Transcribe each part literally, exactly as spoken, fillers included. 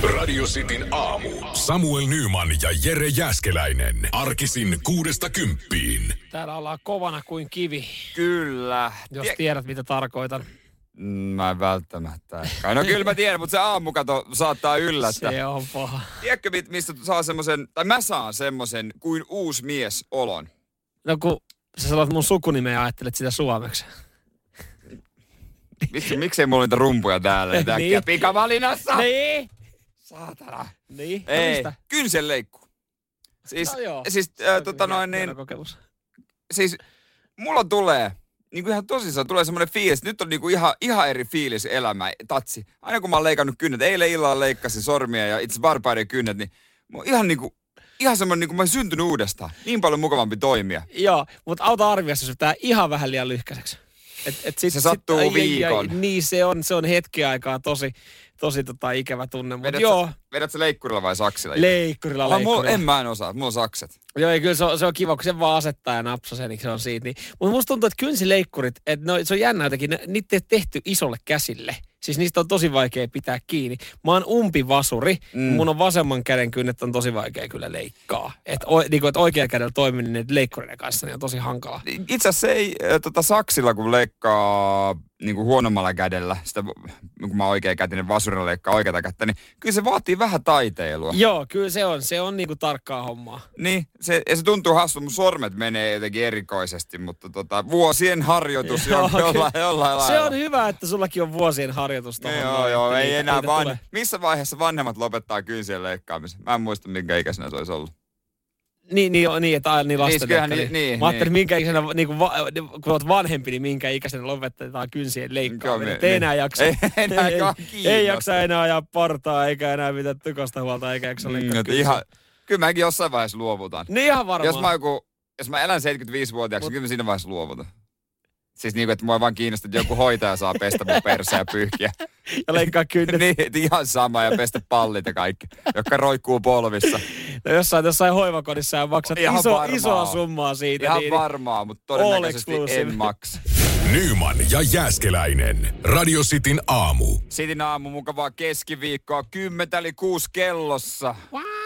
Radio Cityn aamu. Samuel Nyman ja Jere Jääskeläinen. Arkisin kuudesta kymppiin. Täällä ollaan kovana kuin kivi. Kyllä. Jos tiedät, mitä tarkoitan. Mä en välttämättä. No kyllä mä tiedän, mutta se aamukato saattaa yllättää. Se on paha. Tiedätkö, mistä saa semmoisen, tai mä saan semmoisen kuin uusi mies olon? No kun sä sanot mun sukunimeä ja ajattelet sitä suomeksi. Miksi, miksei mulla niitä rumpuja täällä? Niin. Pikavalinassa! Niin. Saatana. Niin. Ei, kynsenleikku. Siis, no joo. siis äh, tota noin niin, siis mulla tulee, niinku ihan tosissaan tulee semmoinen fiilis, nyt on niinku ihan, ihan eri fiilis elämä, tatsi. Aina kun mä oon leikannut kynnet, eilen illalla leikkasin sormia ja itse varpaiden kynnet, niin mä oon ihan niinku, ihan semmoinen niinku mä oon syntynyt uudestaan. Niin paljon mukavampi toimia. Joo, mutta auta arviossa se pitää ihan vähän liian lyhkäiseksi. Et, et sit, se sattuu sit, viikon. Ja, niin se on, se on hetki aikaa tosi, tosi tota, ikävä tunne. Mut vedät, joo. Sä, vedät sä leikkurilla vai saksilla? Leikkurilla, leikkurilla. Mulla, en mä en osaa, mulla on sakset. Joo, ja kyllä se on, se on kiva, kun se vaan asettaa ja napsaa sen, niin se on siitä. Niin. Mutta musta tuntuu, että kynsileikkurit, että no, se on jännä jotenkin, ne, niitä ei tehty isolle käsille. Siis niistä on tosi vaikea pitää kiinni. Mä oon umpivasuri, mm. mun on vasemman käden kynnet on tosi vaikea kyllä leikkaa. Että niin et oikean kädellä toiminen leikkurinen kanssa niin on tosi hankala. Itse asiassa ei äh, tota, saksilla, kun leikkaa niin kuin huonommalla kädellä, sitä, kun mä oikein kätinen vasurilla leikkaa oikeata kättä, niin kyllä se vaatii vähän taiteilua. Joo, kyllä se on. Se on niinku tarkkaa hommaa. Niin, se, ja se tuntuu hassu, mun sormet menee jotenkin erikoisesti, mutta tota, vuosien harjoitus jo, jollain, jollain lailla. Se on hyvä, että sullakin on vuosien harjoitus tohon. Joo, noin, joo, ei niitä, enää niitä vaan. Tulee. Missä vaiheessa vanhemmat lopettaa kynsien leikkaamisen? Mä en muista, minkä ikäisenä se olisi ollut. Niin, niin, niin että aina niin lasten niin, niin, niin, mä ajattelin, minkä ikäisenä, niin kun, va, kun olet vanhempi, niin minkä ikäisenä lopetetaan kynsien leikkaaminen. Te ei enää jaksa. Ei, enää ei, ei, ei jaksa enää ajaa partaa, eikä enää mitään tykosta huolta, eikä jaksa leikkaa mm, ihan, kyllä mäkin jossain vaiheessa luovutan. Niin ihan varmaan. Jos mä, joku, jos mä elän seitsemänkymmentäviisivuotiaaksi, Mut... kyllä mä siinä vaiheessa luovutan. Siis niin kuin, että mua vaan kiinnostaa, että joku hoitaja saa pestä mun persää ja pyyhkiä. Ja leikkaa kynnet. Niin, ihan sama ja pestä pallit ja kaikki, jotka roikkuu polvissa. No jossain, jossain hoivakodissa ja maksat iso, isoa summaa siitä. Ihan niin, varmaa, mutta todennäköisesti en maksa. Nyman ja Jääskeläinen. Radio Cityn aamu. Cityn aamu, mukavaa keskiviikkoa. Kymmentä eli kuusi kellossa.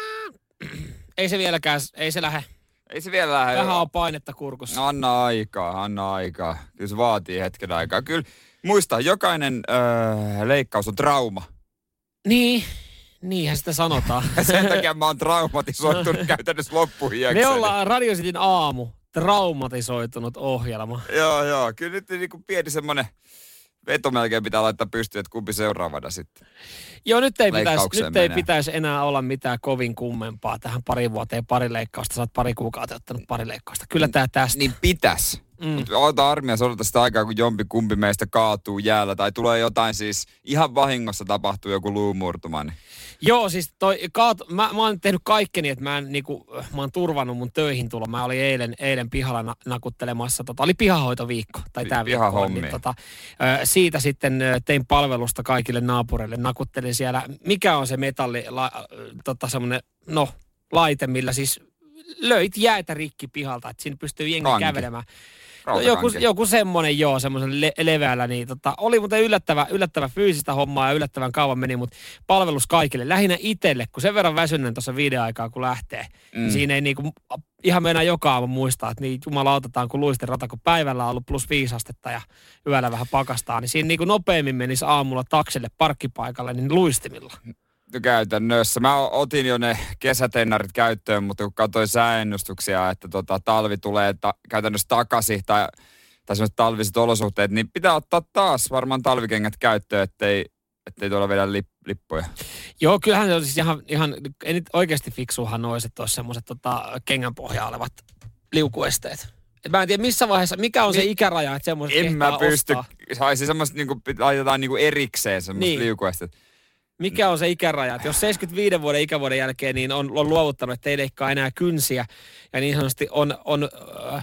Ei se vieläkään, ei se lähde. Ei se vielä lähde. Vähän on painetta kurkussa. Anna aikaa, anna aikaa. Kyllä se vaatii hetken aikaa. Kyllä muista, jokainen öö, leikkaus on trauma. Niin, niinhän sitä sanotaan. Sen takia mä oon traumatisoitunut käytännössä loppuhiakseni. Me ollaan Radio Cityn aamu, traumatisoitunut ohjelma. Joo, joo. Kyllä nyt niin kuin pieni semmonen veto melkein pitää laittaa pystyyn, että kumpi seuraavana sitten. Joo, nyt ei, pitäisi, nyt ei pitäisi enää olla mitään kovin kummempaa tähän pari vuoteen, pari leikkausta. Sä oot pari kuukautta ottanut pari leikkausta. Kyllä tää tästä. Niin pitäisi. Mm. Mutta ota armiassa odota sitä aikaa, kun jompi kumpi meistä kaatuu jäällä tai tulee jotain siis ihan vahingossa tapahtuu joku luumurtuma. Niin. Joo, siis toi kaat, mä, mä oon tehnyt kaikkeni, että mä, en, niinku, mä oon turvannut mun töihin tulo. Mä olin eilen, eilen pihalla na, nakuttelemassa, tota, oli pihahoitoviikko, tai tää viikko. Niin, tota, siitä sitten tein palvelusta kaikille naapureille, nakuttelin siellä. Mikä on se metalli, la, tota semmonen, no, laite, millä siis löit jäätä rikki pihalta, että siinä pystyy jengi Kanki. kävelemään. No, joku, joku semmonen, joo, semmoisen le- leveällä, niin tota, oli muuten yllättävä, yllättävä fyysistä hommaa ja yllättävän kauan meni, mutta palvelus kaikille, lähinnä itselle, kun sen verran väsynnen tuossa viiden aikaa, kun lähtee, mm. niin siinä ei niinku, ihan meinaa joka aamu muistaa, että niin jumalautetaan, kun luisten rata, kun päivällä on ollut plus viisi astetta ja yöllä vähän pakastaa, niin siinä niinku nopeammin menisi aamulla taksille parkkipaikalle, niin luistimilla. Käytännössä. Mä otin jo ne kesätennarit käyttöön, mutta kun katsoin sääennustuksia, että tota, talvi tulee ta- käytännössä takaisin tai, tai sellaiset talviset olosuhteet, niin pitää ottaa taas varmaan talvikengät käyttöön, ettei, ettei tuolla vedä lip, lippuja. Joo, kyllähän se on siis ihan, ihan ei nyt oikeasti fiksuuhan olisi, että olisi semmoiset tota, kengän pohjaa olevat liukuesteet. Et mä en tiedä missä vaiheessa, mikä on niin, se ikäraja, että semmoiset en kehtaa mä pysty, ostaa. saisi semmoiset, niin kuin, laitetaan niin kuin erikseen semmoiset niin. liukuesteet. Mikä on se ikäraja? Että jos seitsemänkymmentäviiden vuoden ikävuoden jälkeen niin on, on luovuttanut, että ei leikkaa enää kynsiä ja niin sanotusti on, on äh,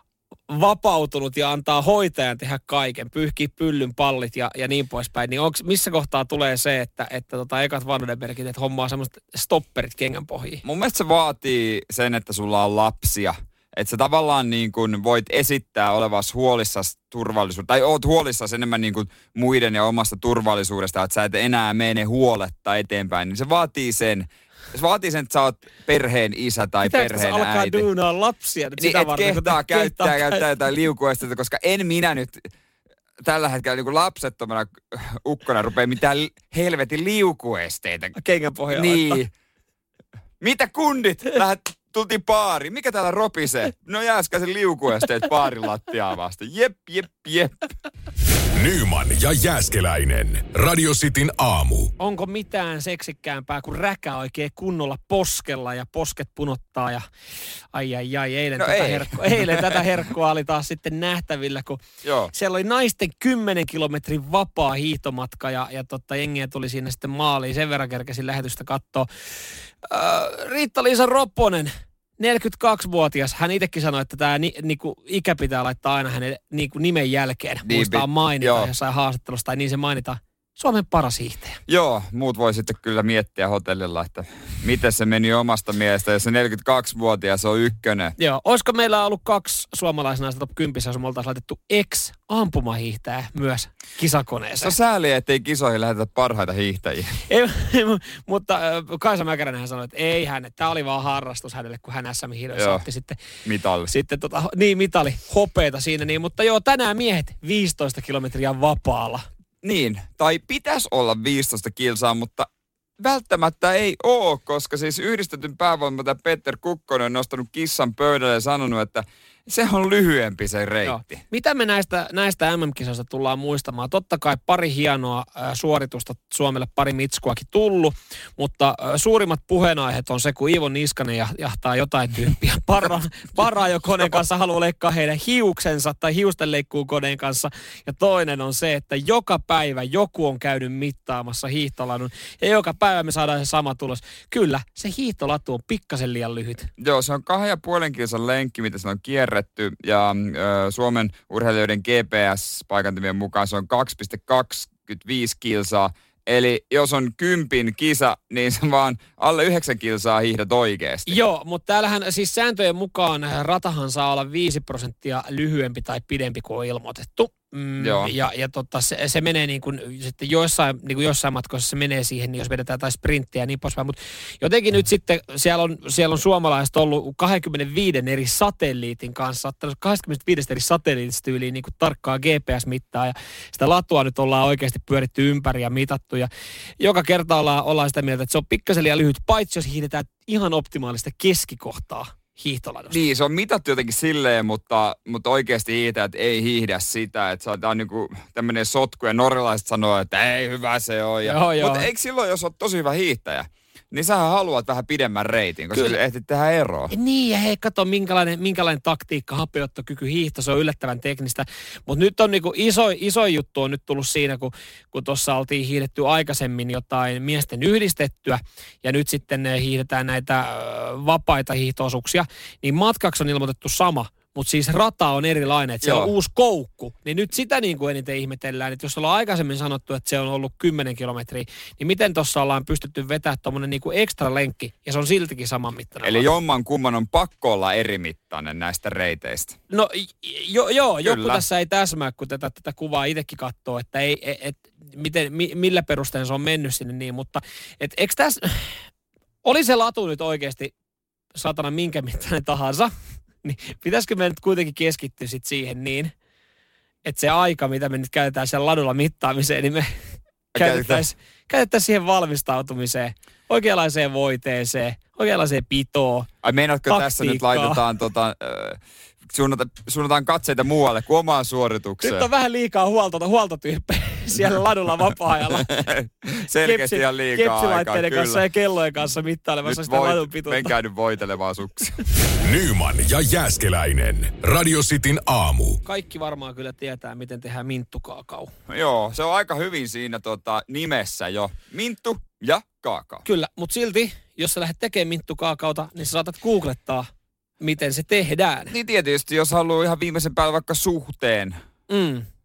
vapautunut ja antaa hoitajan tehdä kaiken, pyyhkiä pyllyn pallit ja, ja niin poispäin, niin onks, missä kohtaa tulee se, että, että tota, ekat vanhuudenmerkit, että hommaa semmoiset stopperit kengän pohjiin? Mun mielestä se vaatii sen, että sulla on lapsia. Että sä tavallaan niin kuin voit esittää olevasi huolissasi turvallisuudesta, tai oot huolissasi enemmän niin kuin muiden ja omasta turvallisuudesta, että sä et enää mene huoletta eteenpäin, niin se vaatii sen, se vaatii sen, että sä oot perheen isä tai Pitääkö perheen alkaa äiti. alkaa duunaa lapsia nyt niin sitä et varten, kehtaa käyttää, kehtaa käyttää jotain liukuesteitä, koska en minä nyt tällä hetkellä niin kuin lapsettomana ukkona rupea mitään helvetin liukuesteitä. Kengän pohjaa Niin. laittaa. Mitä kundit? Lähet, tultiin baariin. Mikä täällä ropisee? No Jääskäisen liukuesteet baarin lattiaa vasta. Jep, jep, jep. Nyman ja Jääskeläinen. Radio Cityn aamu. Onko mitään seksikkäämpää kuin räkä oikein kunnolla poskella ja posket punottaa ja ai ai ai, eilen, no tätä, ei. herkko, eilen tätä herkkoa oli taas sitten nähtävillä, kun Joo. siellä oli naisten kymmenen kilometrin vapaa hiihtomatka ja, ja totta, jengiä tuli siinä sitten maaliin, sen verran kerkesin lähetystä katsoa. Äh, Riitta-Liisa Ropponen, neljäkymmentäkaksivuotias, hän itsekin sanoi, että tämä ni, niinku, ikä pitää laittaa aina hänen niinku, nimen jälkeen. Niin, Muistaa pi- mainita joo. jossain haastattelussa, tai niin se mainitaan. Suomen paras hiihtäjä. Joo, muut voi sitten kyllä miettiä hotellilla, että miten se meni omasta mielestä, jos se neljäkymmentäkaksivuotias on ykkönen. Joo, olisiko meillä ollut kaksi suomalaisnaista top kymmenen, jos me oltaisiin laitettu ex-ampumahiihtäjä myös kisakoneeseen? Se on sääli, ettei kisoihin lähetetä parhaita hiihtäjiä. Ei, mutta äh, Kaisa Mäkäränenhän sanoi, että ei hän, tämä oli vaan harrastus hänelle, kun hän S M-hiidoissa otti sitten, Mitalli. sitten tota, niin mitali, hopeita siinä. Niin, mutta joo, tänään miehet viisitoista kilometriä vapaalla. Niin, tai pitäisi olla viisitoista kilsaa, mutta välttämättä ei oo, koska siis yhdistetyn päävalmentaja Peter Kukkonen on nostanut kissan pöydälle ja sanonut, että se on lyhyempi se reitti. Joo. Mitä me näistä, näistä M M-kisoista tullaan muistamaan? Totta kai pari hienoa äh, suoritusta Suomelle, pari mitskuakin tullut, mutta äh, suurimmat puheenaiheet on se, kun Iivo Niskanen ja, jahtaa jotain tyyppiä. Parra, paraajokoneen kanssa haluaa leikkaa heidän hiuksensa tai hiusten leikkuukoneen kanssa. Ja toinen on se, että joka päivä joku on käynyt mittaamassa hiihtoladun ja joka päivä me saadaan se sama tulos. Kyllä, se hiihtolatu on pikkasen liian lyhyt. Joo, se on kahden ja puolen kilsan lenkki, mitä se on kierretty. Ja ö, Suomen urheilijoiden G P S-paikantimien mukaan se on kaksi pilkku kaksikymmentäviisi kilsaa. Eli jos on kympin kisa, niin se vaan alle yhdeksän kilsaa hiihdät oikeasti. Joo, mutta täällähän siis sääntöjen mukaan ratahan saa olla viisi prosenttia lyhyempi tai pidempi kuin on ilmoitettu. Mm, Joo. ja, ja tota, se, se menee niin kuin, sitten joissain, niin kuin jossain matkoissa se menee siihen, niin jos vedetään jotain sprinttiä ja niin poispäin. Mutta jotenkin nyt sitten siellä on, siellä on suomalaiset ollut kaksikymmentäviisi eri satelliitin kanssa, ottanut kaksikymmentäviisi eri satelliitista yli niin kuin tarkkaa G P S-mittaa ja sitä latua nyt ollaan oikeasti pyöritty ympäri ja mitattu. Ja joka kerta ollaan, ollaan sitä mieltä, että se on pikkasen liian lyhyt, paitsi jos hiihdetään ihan optimaalista keskikohtaa hiihtoladosta. Niin, se on mitattu jotenkin silleen, mutta, mutta oikeasti hiihtäjät ei hiihdä sitä. Että se on niinku tämmöinen sotku ja norjalaiset sanoo, että ei hyvä se on. Ja, Joo, joo. mutta eikö silloin, jos olet tosi hyvä hiihtäjä, niin sähän haluat vähän pidemmän reitin, koska Kyllä. sille ehtit tehdä eroa. Niin, ja hei, kato minkälainen, minkälainen taktiikka, hapeuttokyky, hiihto, se on yllättävän teknistä. Mutta nyt on niinku iso, iso juttu on nyt tullut siinä, kun, kun tuossa oltiin hiihdetty aikaisemmin jotain miesten yhdistettyä, ja nyt sitten hiihdetään näitä ö, vapaita hiihtoosuuksia, niin matkaksi on ilmoitettu sama. Mutta siis rata on erilainen, että siellä on uusi koukku. Niin nyt sitä niin kuin eniten ihmetellään, että jos ollaan aikaisemmin sanottu, että se on ollut kymmenen kilometriä, niin miten tuossa ollaan pystytty vetämään tuommoinen niin kuin ekstra lenkki, ja se on siltikin saman mittainen. Eli jomman kumman on pakko olla eri mittainen näistä reiteistä. No jo, joo, joku Kyllä. tässä ei täsmää, kun tätä, tätä kuvaa itsekin katsoo, että ei, et, et, miten, mi, millä perusteella se on mennyt sinne niin, mutta et, eikö tässä, oli se latu nyt oikeasti satana minkä mittainen tahansa, niin pitäisikö me nyt kuitenkin keskittyä sit siihen niin, että se aika, mitä me nyt käytetään siellä ladulla mittaamiseen, niin me käytettäisiin käytettäisi siihen valmistautumiseen, oikeanlaiseen voiteeseen, oikeanlaiseen pitoon. Ai meinaatko taktiikkaa. tässä nyt laitetaan, tota, äh, suunnata, suunnataan katseita muualle kuin omaan suoritukseen? Nyt on vähän liikaa huolto, huoltotyyppejä siellä ladulla vapaa-ajalla. Selkeästi ihan liikaa aikaa, Kepsilaitteiden kanssa kyllä. ja kellojen kanssa mittailemassa Nyt sitä voit, ladun pituutta. menkää nyt voitelemaan suksia. Nyman ja Jääskeläinen. Radio Cityn aamu. Kaikki varmaan kyllä tietää, miten tehdään minttukaakao. Joo, se on aika hyvin siinä tota, nimessä jo. Minttu ja kaakao. Kyllä, mutta silti, jos sä lähdet tekemään minttukaakaota, niin sä saatat googlettaa, miten se tehdään. Niin tietysti, jos haluaa ihan viimeisen päälle vaikka suhteen Mm.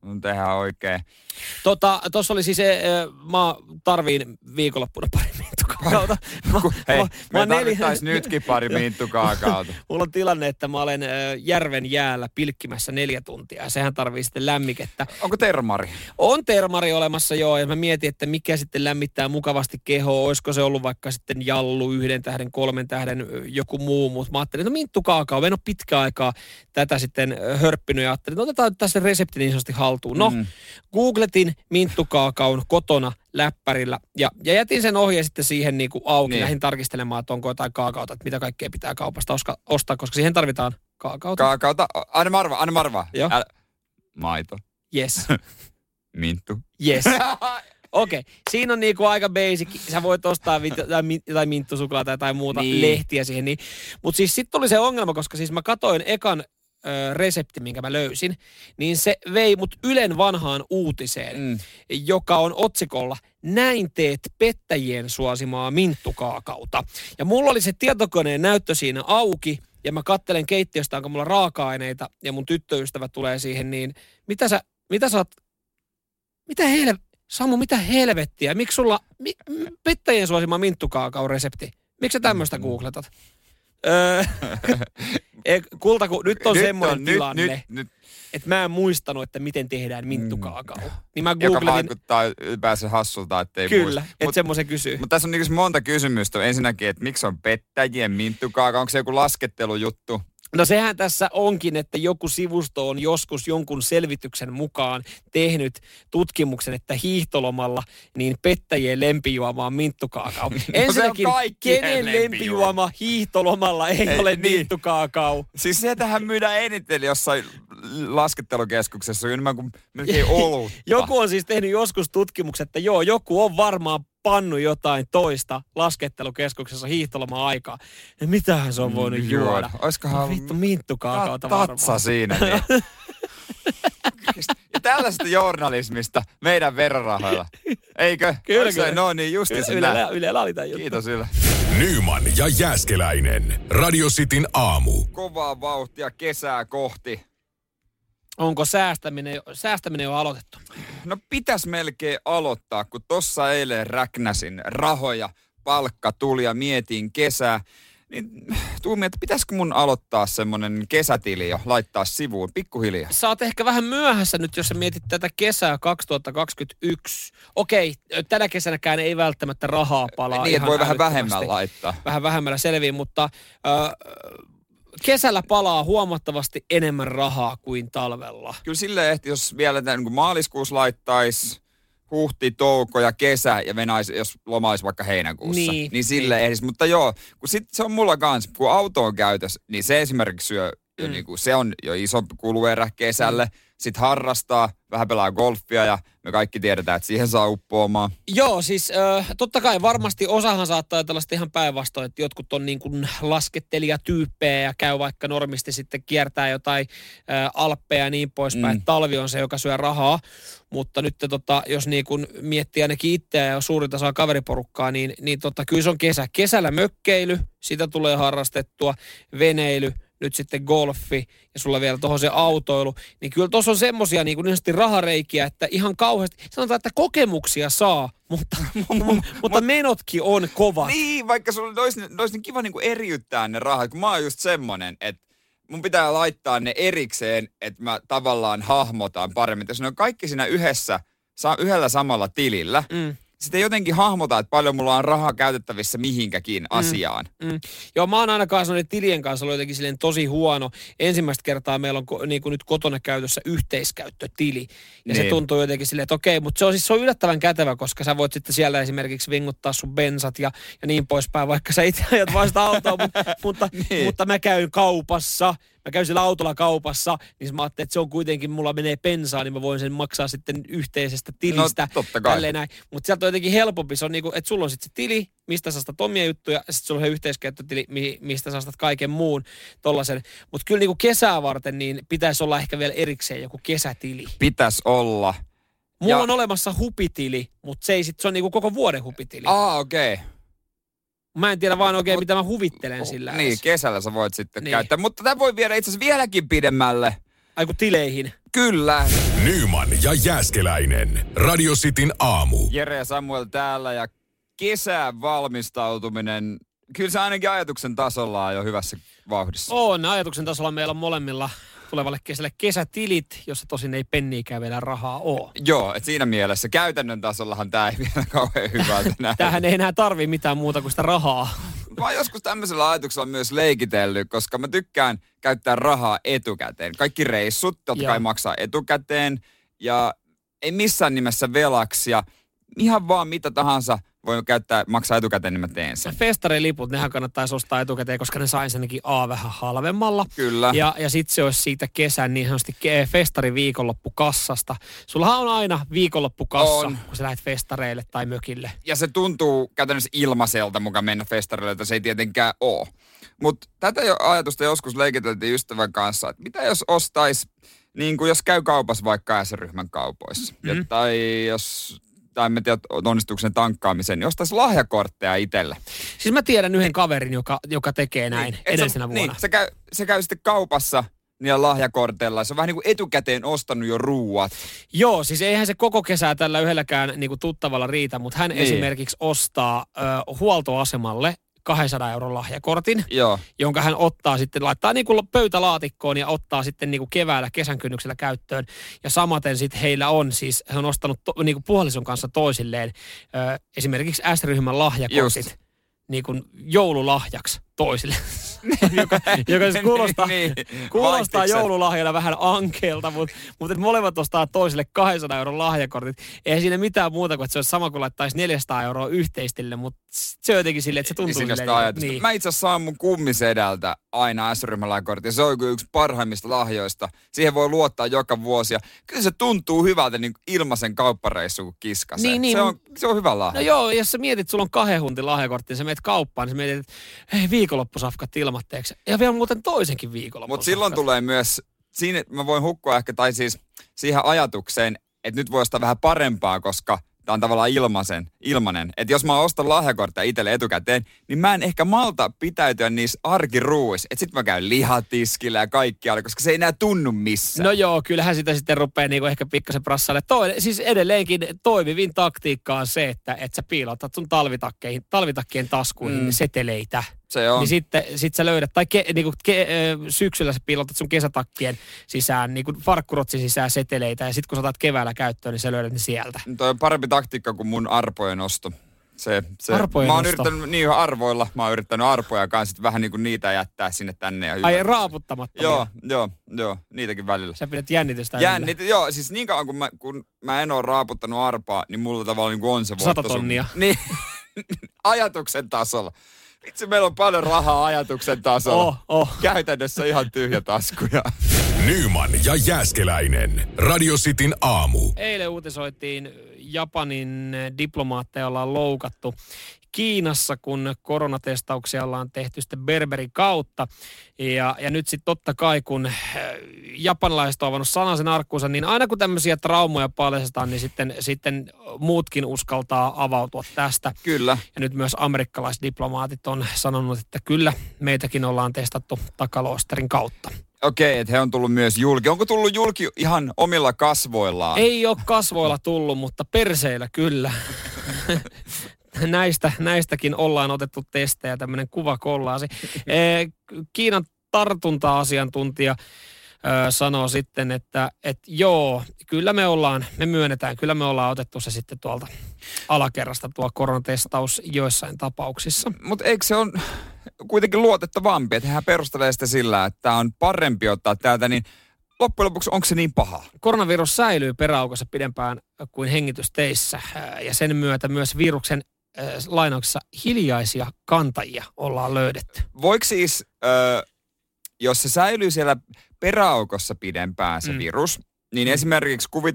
Tehdään oikein. Tota, tossa oli siis se, mä tarviin viikonloppuna pari minttukaakauta. Hei, mä, me mä tarvittais neljä... nytkin pari minttukaakauta. Mulla on tilanne, että mä olen järven jäällä pilkkimässä neljä tuntia. Sehän tarvii sitten lämmikettä. Onko termari? On termari olemassa, joo. Ja mä mietin, että mikä sitten lämmittää mukavasti kehoa. Olisiko se ollut vaikka sitten jallu, yhden tähden, kolmen tähden, joku muu. Mutta mä ajattelin, no minttukaakao. Mä en ole pitkä aikaa tätä sitten hörppinyt ja ajattelin, että otetaan tässä resepti niin sanotusti haltuun. No, mm. googletin minttukaakaon kotona läppärillä ja, ja jätin sen ohjeen sitten siihen niin kuin auki. Niin. Lähdin tarkistelemaan, että onko jotain kaakaota, että mitä kaikkea pitää kaupasta oska, ostaa, koska siihen tarvitaan kaakaota. Kaakaota, anna marva, anna marva. Joo. Äl... Maito. Yes. Minttu. Yes. Okei, okay. Siinä on niinku aika basic. Sä voit ostaa jotain minttusuklaata tai jotain muuta niin. Lehtiä siihen. Niin. Mutta siis sitten oli se ongelma, koska siis mä katoin ekan ö, resepti, minkä mä löysin, niin se vei mut Ylen vanhaan uutiseen, mm. joka on otsikolla "Näin teet pettäjien suosimaa minttukaakauta". Ja mulla oli se tietokoneen näyttö siinä auki, ja mä kattelen keittiöstä, onko mulla raaka-aineita, ja mun tyttöystävä tulee siihen, niin mitä sä, mitä sä oot, mitä helv... Samu, mitä helvettiä? Miksi sulla mi, pettäjien suosima minttukaakaon resepti? Miksi sä tämmöistä googletat? Öö, kulta, kun nyt on nyt semmoinen on, tilanne, nyt, nyt, että mä en muistanut, että miten tehdään minttukaakao. Niin mä googletin... Joka vaikuttaa ylipäänsä hassulta, ettei Kyllä, muista. että semmoisen kysyy. Mutta tässä on niin monta kysymystä. Ensinnäkin, että miksi on pettäjien minttukaakao? Onko se joku laskettelujuttu? No sehän tässä onkin, että joku sivusto on joskus jonkun selvityksen mukaan tehnyt tutkimuksen, että hiihtolomalla niin pettäjien lempijuoma on minttukaakao. No ensinnäkin, kenen lempijuoma hiihtolomalla ei, ei ole niin. minttukaakao? Siis sieltähän myydään eniten jossain laskettelukeskuksessa enemmän kuin melkein olutta. Joku on siis tehnyt joskus tutkimuksen, että joo, joku on varmaan pannu jotain toista laskettelukeskuksessa hiihtolomaan aikaa. Ja mitähän se on voinut mm, juoda? Oiskohan... Vittu minttukaakaota varmaan. Tatsa siinä. Niin. Ja tällaista journalismista meidän verorahoilla. Eikö? Kyllä, kyllä. No niin, justi sen Ylellä, Ylellä oli tämä juttu. Kiitos Yle. Nyman ja Jääskeläinen. Radio Cityn aamu. Kovaa vauhtia kesää kohti. Onko säästäminen, säästäminen jo aloitettu? No pitäisi melkein aloittaa, kun tossa eilen räknäsin rahoja, palkka tuli ja mietin kesää. Niin tuumin, että pitäisikö mun aloittaa semmonen kesätili jo, laittaa sivuun pikkuhiljaa. Sä oot ehkä vähän myöhässä nyt, jos sä mietit tätä kesää kaksituhattakaksikymmentäyksi. Okei, tänä kesänäkään ei välttämättä rahaa palaa. Niin, että voi vähän vähemmän laittaa. Vähän vähemmällä selviä, mutta... Äh, kesällä palaa huomattavasti enemmän rahaa kuin talvella. Kyllä silleen ehti, jos vielä niin kuin maaliskuussa laittaisi huhti, touko ja kesä ja venaisi, jos lomaisi vaikka heinäkuussa. Niin, niin silleen niin. ehdisi. Mutta joo, kun sit se on mulla kanssa, kun auto on käytössä, niin se esimerkiksi syö, mm. niin kuin, se on jo iso kuluerä kesälle. Mm. Sitten harrastaa, vähän pelaa golfia ja me kaikki tiedetään, että siihen saa uppoamaan. Joo, siis äh, totta kai varmasti osahan saattaa ajatella sitten ihan päinvastoin, että jotkut on niin kuin lasketelijatyyppejä ja käy vaikka normisti sitten kiertää jotain äh, alppeja ja niin poispäin. Mm. Talvi on se, joka syö rahaa, mutta nyt tota, jos niin kuin miettii ainakin itseä ja suurinta saa kaveriporukkaa, niin, niin tota, kyllä se on kesä. Kesällä mökkeily, sitä tulee harrastettua, veneily, nyt sitten golfi ja sulla vielä tuohon se autoilu, niin kyllä tuossa on semmosia niin kuin niin rahareikiä, että ihan kauheasti, sanotaan, että kokemuksia saa, mutta, mutta menotkin on kovat. Niin, vaikka sulla olisi, olisi niin kiva niin kuin eriyttää ne rahat, kun mä oon just semmonen, että mun pitää laittaa ne erikseen, että mä tavallaan hahmotan paremmin. Jos ne on kaikki siinä yhdessä, yhdellä samalla tilillä, mm. sitten jotenkin hahmota, että paljon mulla on rahaa käytettävissä mihinkäkin asiaan. Mm, mm. Joo, mä oon ainakaan sanoin, että tilien kanssa ollut jotenkin silleen tosi huono. Ensimmäistä kertaa meillä on niin kuin nyt kotona käytössä yhteiskäyttötili. Ja niin. Se tuntuu jotenkin silleen, että okei, mutta se on siis se on yllättävän kätevä, koska sä voit sitten siellä esimerkiksi vinguttaa sun bensat ja, ja niin poispäin, vaikka sä itse ajat vaan sitä autoa, mutta, mutta, niin. mutta mä käyn kaupassa. Mä käyn sillä autolla kaupassa, niin mä ajattelin, että se on kuitenkin, mulla menee bensaa, niin mä voin sen maksaa sitten yhteisestä tilistä. No, totta kai. Mutta sieltä on jotenkin helpompi. Se on niinku, että sulla on sitten se tili, mistä sä ostat omia juttuja, ja sitten sulla on se yhteiskäyttötili, mistä sä ostat kaiken muun tollasen. Mutta kyllä niinku kesää varten, niin pitäisi olla ehkä vielä erikseen joku kesätili. Pitäisi olla. Mulla ja... on olemassa hupitili, mutta se ei sit, se on niinku koko vuoden hupitili. Aa, okei. Okay. Mä en tiedä vaan oikein, Mut, mitä mä huvittelen sillä. Niin, edes. Kesällä sä voit sitten niin. käyttää. Mutta tämä voi viedä itse asiassa vieläkin pidemmälle. Aiku tileihin. Kyllä. Nyman ja Jääskeläinen. Radio Cityn aamu. Jere ja Samuel täällä ja kesään valmistautuminen. Kyllä se ainakin ajatuksen tasolla on jo hyvässä vauhdissa. On. Ajatuksen tasolla meillä on molemmilla tulevalle kesälle kesätilit, jossa tosin ei penniikään vielä rahaa ole. Joo, että siinä mielessä käytännön tasollahan tämä ei vielä kauhean hyvältä näy. Tämähän ei enää tarvii mitään muuta kuin sitä rahaa. Mä oon joskus tämmöisellä ajatuksella myös leikitellyt, koska mä tykkään käyttää rahaa etukäteen. Kaikki reissut totta kai maksaa etukäteen ja ei missään nimessä velaksi ja ihan vaan mitä tahansa voi käyttää, maksaa etukäteen, niin mä teen sen. Festariliput, nehän kannattaisi ostaa etukäteen, koska ne saisi ainakin A vähän halvemmalla. Kyllä. Ja, ja sitten se olisi siitä kesän niin sanotusti festariviikonloppukassasta. Sullahan on aina viikonloppukassa, on. Kun sä lähdet festareille tai mökille. Ja se tuntuu käytännössä ilmaiselta mukaan mennä festareille, jota se ei tietenkään ole. Mutta tätä jo ajatusta joskus leikiteltiin ystävän kanssa, että mitä jos ostaisi, niin kuin jos käy kaupassa vaikka S-ryhmän kaupoissa. Mm-hmm. Ja, tai jos... tai en tiedä onnistuksen tankkaamisen, niin ostaisi lahjakortteja itselle. Siis mä tiedän yhden kaverin, joka, joka tekee näin niin, edellisenä vuonna. Niin, se käy, se käy sitten kaupassa niillä lahjakorteilla. Se on vähän niin kuin etukäteen ostanut jo ruuat. Joo, siis eihän se koko kesää tällä yhdelläkään niin kuin tuttavalla riitä, mutta hän niin. esimerkiksi ostaa ö, huoltoasemalle kahdensadan euron lahjakortin, Joo. jonka hän ottaa sitten, laittaa niin kuin pöytälaatikkoon ja ottaa sitten niin kuin keväällä kesän kynnyksellä käyttöön. Ja samaten sitten heillä on siis, he on ostanut to, niin kuin puolison kanssa toisilleen ö, esimerkiksi S-ryhmän lahjakortit Just. niin kuin joululahjaksi toisille. joka, joka siis kuulostaa, niin, kuulostaa joululahjana vähän ankeelta, mutta, mutta molemmat ostaa toisille kahdensadan euron lahjakortit. Eihän siinä mitään muuta kuin, että se olisi sama kuin laittaisi neljäsataa euroa yhteistille, mutta se on jotenkin silleen, että se tuntuu silleen. Niin. Mä itse asiassa saan mun kummisedältä aina S-ryhmän lahjakortin. Se on yksi parhaimmista lahjoista. Siihen voi luottaa joka vuosi. Ja kyllä se tuntuu hyvältä niin ilmaisen kauppareissu kuin kiskaseen. Niin, niin. Se, on, se on hyvä lahja. No joo, jos sä mietit, sulla on kahden huntin lahjakortti, ja sä menet kauppaan, niin sä mietit, että hei, viikonloppusafkat ilmatteeksi. Ja vielä muuten toisenkin viikonloppusafkat. Mutta silloin tulee myös, siinä mä voin hukkua ehkä, tai siis siihen ajatukseen, että nyt voi ostaa vähän parempaa, koska tämä on tavallaan ilmaisen, ilmanen. Että jos mä ostan lahjakortteja itselle etukäteen, niin mä en ehkä malta pitäytyä niissä arkiruuissa. Että sit mä käyn lihatiskillä ja kaikkialla, koska se ei enää tunnu missään. No joo, kyllähän sitä sitten rupeaa niinku ehkä pikkasen brassaille. Toi, siis edelleenkin toimivin taktiikka on se, että et sä piilotat sun talvitakkeihin, talvitakkien taskuihin mm. seteleitä. Se on. Niin sitten sit sä löydät, tai ke, niinku, ke, syksyllä sä piilotat sun kesätakkien sisään, niinku farkkurotsin sisään seteleitä, ja sitten kun sä otat keväällä käyttöön, niin sä löydät ne sieltä. Toi on parempi taktiikka kuin mun arpojen osto. Se, se, arpojen mä oon osto? yrittänyt niin arvoilla, mä oon yrittänyt arpoja kanssa vähän niin kuin niitä jättää sinne tänne. Ja Ai raaputtamattomia? Joo, joo, joo, niitäkin välillä. Sä pidät jännitystä. Jännit, joo, siis niin kauan kun mä, kun mä en oo raaputtanut arpaa, niin mulla tavallaan niin kuin on se Sata tonnia. Niin, ajatuksen tasolla. Itse meillä on paljon rahaa ajatuksen tasolla. Oh, oh. Käytännössä ihan tyhjä taskuja. Nyman ja Jääskeläinen. Radio Cityn aamu. Eilen uutisoitiin Japanin diplomaatteja ollaan loukattu Kiinassa, kun koronatestauksia ollaan tehty sitten Berberin kautta. Ja, ja nyt sitten totta kai, kun japanilaiset on avannut sanasen arkkuunsa, niin aina kun tämmöisiä traumoja paljastetaan, niin sitten, sitten muutkin uskaltaa avautua tästä. Kyllä. Ja nyt myös amerikkalaisdiplomaatit on sanonut, että kyllä meitäkin ollaan testattu takaloosterin kautta. Okei, että he on tullut myös julki. Onko tullut julki ihan omilla kasvoillaan? Ei ole kasvoilla tullut, mutta perseillä kyllä. Näistä, näistäkin ollaan otettu testejä, tämmöinen kuvakollaasi. Kiinan tartunta-asiantuntija sanoo sitten, että et joo, kyllä me ollaan, me myönnetään, kyllä me ollaan otettu se sitten tuolta alakerrasta tuo koronatestaus joissain tapauksissa. Mutta eikö se on kuitenkin luotettavampi, että hän perustelee sitä sillä, että on parempi ottaa täältä, niin loppujen lopuksi onko se niin paha? Koronavirus säilyy peräaukossa pidempään kuin hengitysteissä ja sen myötä myös viruksen äh, lainauksessa hiljaisia kantajia ollaan löydetty. Voiko siis, äh, jos se säilyy siellä peräaukossa pidempään se mm. virus, niin mm. esimerkiksi kuvitella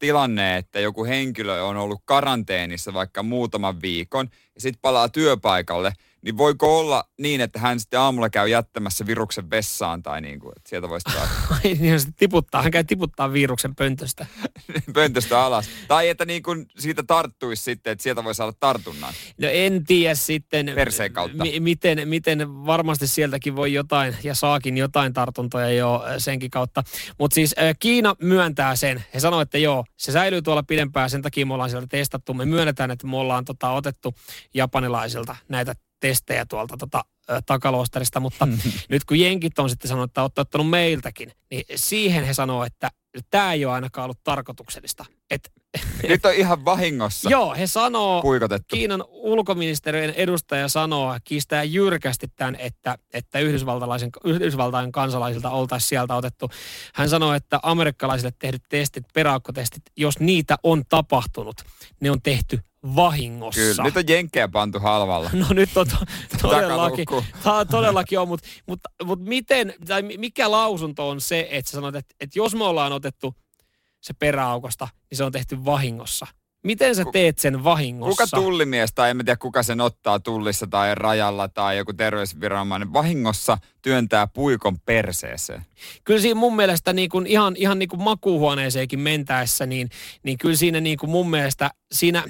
tilanne, että joku henkilö on ollut karanteenissa vaikka muutaman viikon ja sitten palaa työpaikalle, niin voiko olla niin, että hän sitten aamulla käy jättämässä viruksen vessaan tai niin kuin, että sieltä voisi taas... niin se tiputtaa, hän käy tiputtaa viruksen pöntöstä. pöntöstä alas. Tai että niin kuin siitä tarttuisi sitten, että sieltä voi saada tartunnan. No en tiedä sitten, perseen kautta. M- miten, miten varmasti sieltäkin voi jotain ja saakin jotain tartuntoja jo senkin kautta. Mutta siis äh, Kiina myöntää sen. He sanoo, että joo, se säilyy tuolla pidempään, sen takia me ollaan sieltä testattu. Me myönnetään, että me ollaan tota, otettu japanilaisilta näitä testejä tuolta tota, ö, takaloosterista, mutta nyt kun jenkit on sitten sanonut, että olette ottanut meiltäkin, niin siihen he sanoo, että tämä ei ole ainakaan ollut tarkoituksellista. Et, nyt on ihan vahingossa. Joo, he sanoo, puikotettu. Kiinan ulkoministeriön edustaja sanoo, kiistää jyrkästi tämän, että, että yhdysvaltalaisen, Yhdysvaltain kansalaisilta oltaisiin sieltä otettu. Hän sanoo, että amerikkalaisille tehdyt testit, peräaukkotestit, jos niitä on tapahtunut, ne on tehty vahingossa. Kyllä, nyt on jenkkejä pantu halvalla. No nyt on to, todellakin, ta, todellakin on, mutta mut, mut miten, tai mikä lausunto on se, että sä sanot, että, että jos me ollaan otettu se peräaukosta, niin se on tehty vahingossa. Miten sä teet sen vahingossa? Kuka tullimies tai en tiedä kuka sen ottaa tullissa tai rajalla tai joku terveysviranomainen vahingossa työntää puikon perseeseen? Kyllä siinä mun mielestä niin kuin ihan, ihan niin kuin makuuhuoneeseenkin mentäessä, niin, niin kyllä siinä niin kuin mun mielestä siinä...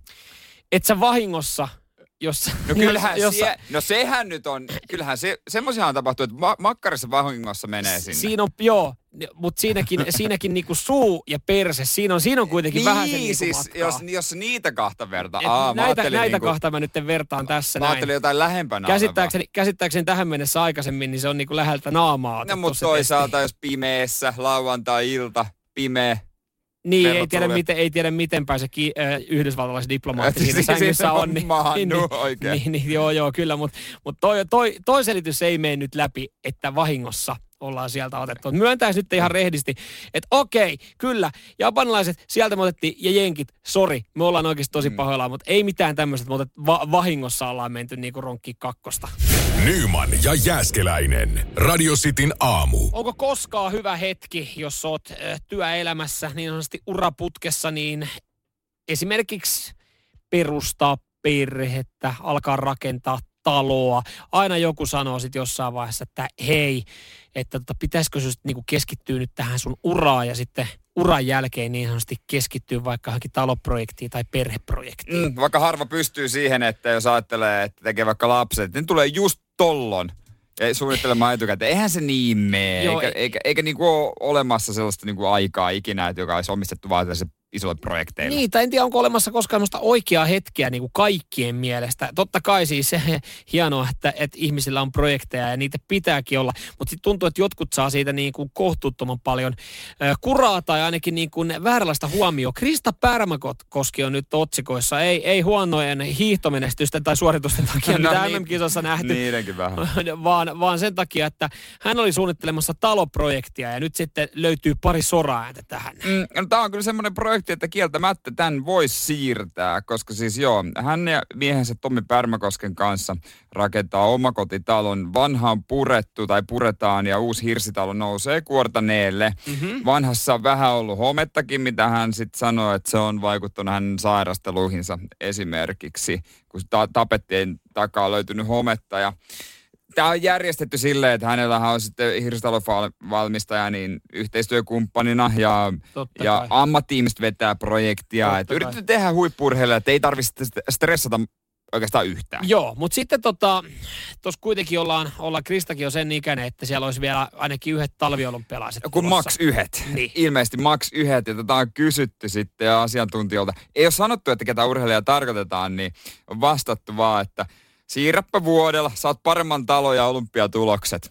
Et sä vahingossa, jos... No kyllähän jos, sie, no sehän nyt on, kyllähän se, semmoisiahan tapahtuu, että ma- makkarissa vahingossa menee sinne. Siinä on, joo, mutta siinäkin, siinäkin niinku suu ja perse, siinä on, siinä on kuitenkin niin, vähän sen niinku siis matkaa. jos, jos niitä kahta vertaa. Et Aa, näitä näitä niinku, kahta mä nyt vertaan tässä mä näin. ajattelin jotain lähempänä Käsittääkseni, käsittääkseni tähän mennessä aikaisemmin, niin se on niinku läheltä naamaa. No mutta toisaalta, jos pimeessä, lauantai-ilta, pimeä. Niin, ei tiedä, miten, ei tiedä miten päin se ki, äh, yhdysvaltalaisen diplomaatti siinä sängyssä on. Niin, niin, niin, niin, niin, joo, joo, kyllä, mutta mut toi, toi, toi selitys ei mene nyt läpi, että vahingossa ollaan sieltä otettu. Myöntäisi nyt ihan rehdisti, että okei, kyllä, japanilaiset sieltä me otettiin ja jenkit, sori, me ollaan oikeasti tosi mm. pahoillaan, mutta ei mitään tämmöistä, että me otet, va- vahingossa ollaan menty niinku ronkkiin kakkosta. Nyman ja Jääskeläinen. Radio Cityn aamu. Onko koskaan hyvä hetki, jos oot äh, työelämässä, niin sanotusti uraputkessa, niin esimerkiksi perustaa perhettä, alkaa rakentaa taloa. Aina joku sanoo sitten jossain vaiheessa, että hei, että tota, pitäisikö sinun niinku keskittyä nyt tähän sun uraan ja sitten uran jälkeen niin sanotusti keskittyä vaikka johonkin taloprojektiin tai perheprojektiin. Mm, vaikka harva pystyy siihen, että jos ajattelee, että tekee vaikka lapset, niin tulee just tollon. Ja suunnittelemaan etukäteen. Eihän se niin mene. Joo, eikä, ei, eikä, eikä niinku ole olemassa sellaista niinku aikaa ikinä, että joka olisi omistettu vaan tällaiselle isolle projekteille. Niin, tai en tiedä, onko olemassa koskaan sellaista oikeaa hetkeä niin kuin kaikkien mielestä. Totta kai siis se hienoa, että, että ihmisillä on projekteja ja niitä pitääkin olla, mutta sitten tuntuu, että jotkut saa siitä niin kuin kohtuuttoman paljon äh, kuraa tai ainakin niin kuin vääränlaista huomioon. Krista Pärmäkoski on nyt otsikoissa, ei, ei huonojen hiihtomenestysten tai suoritusten takia, no, mitä niin, M M-kisossa nähty, niidenkin vähän. vaan, vaan sen takia, että hän oli suunnittelemassa taloprojektia ja nyt sitten löytyy pari soraääntä tähän. Mm, no, tämä on kyllä semmoinen projekti, että kieltämättä tämän voisi siirtää, koska siis joo, hän ja miehensä Tommi Pärmäkosken kanssa rakentaa omakotitalon. Vanha on purettu tai puretaan ja uusi hirsitalo nousee kuortaneelle. Mm-hmm. Vanhassa on vähän ollut homettakin, mitä hän sitten sanoi, että se on vaikuttanut hänen sairasteluihinsa esimerkiksi, kun ta- tapettien takaa on löytynyt hometta ja tämä on järjestetty silleen, että hänellähän on sitten hirsitalonvalmistaja niin yhteistyökumppanina ja, ja ammatti-ihmiset vetää projektia. Että yritetään tehdä huippu-urheilua, että ei tarvitse stressata oikeastaan yhtään. Joo, mutta sitten tota, tuossa kuitenkin ollaan, ollaan Kristakin on sen ikäinen, että siellä olisi vielä ainakin yhdet talviolympialaiset. Kun maks yhdet. Niin. Ilmeisesti maks yhdet, ja tätä on kysytty sitten ja asiantuntijoilta. Ei ole sanottu, että ketä urheilijaa tarkoitetaan, niin on vastattu vaan, että siirräppä vuodella, saat paremman talon ja olympiatulokset.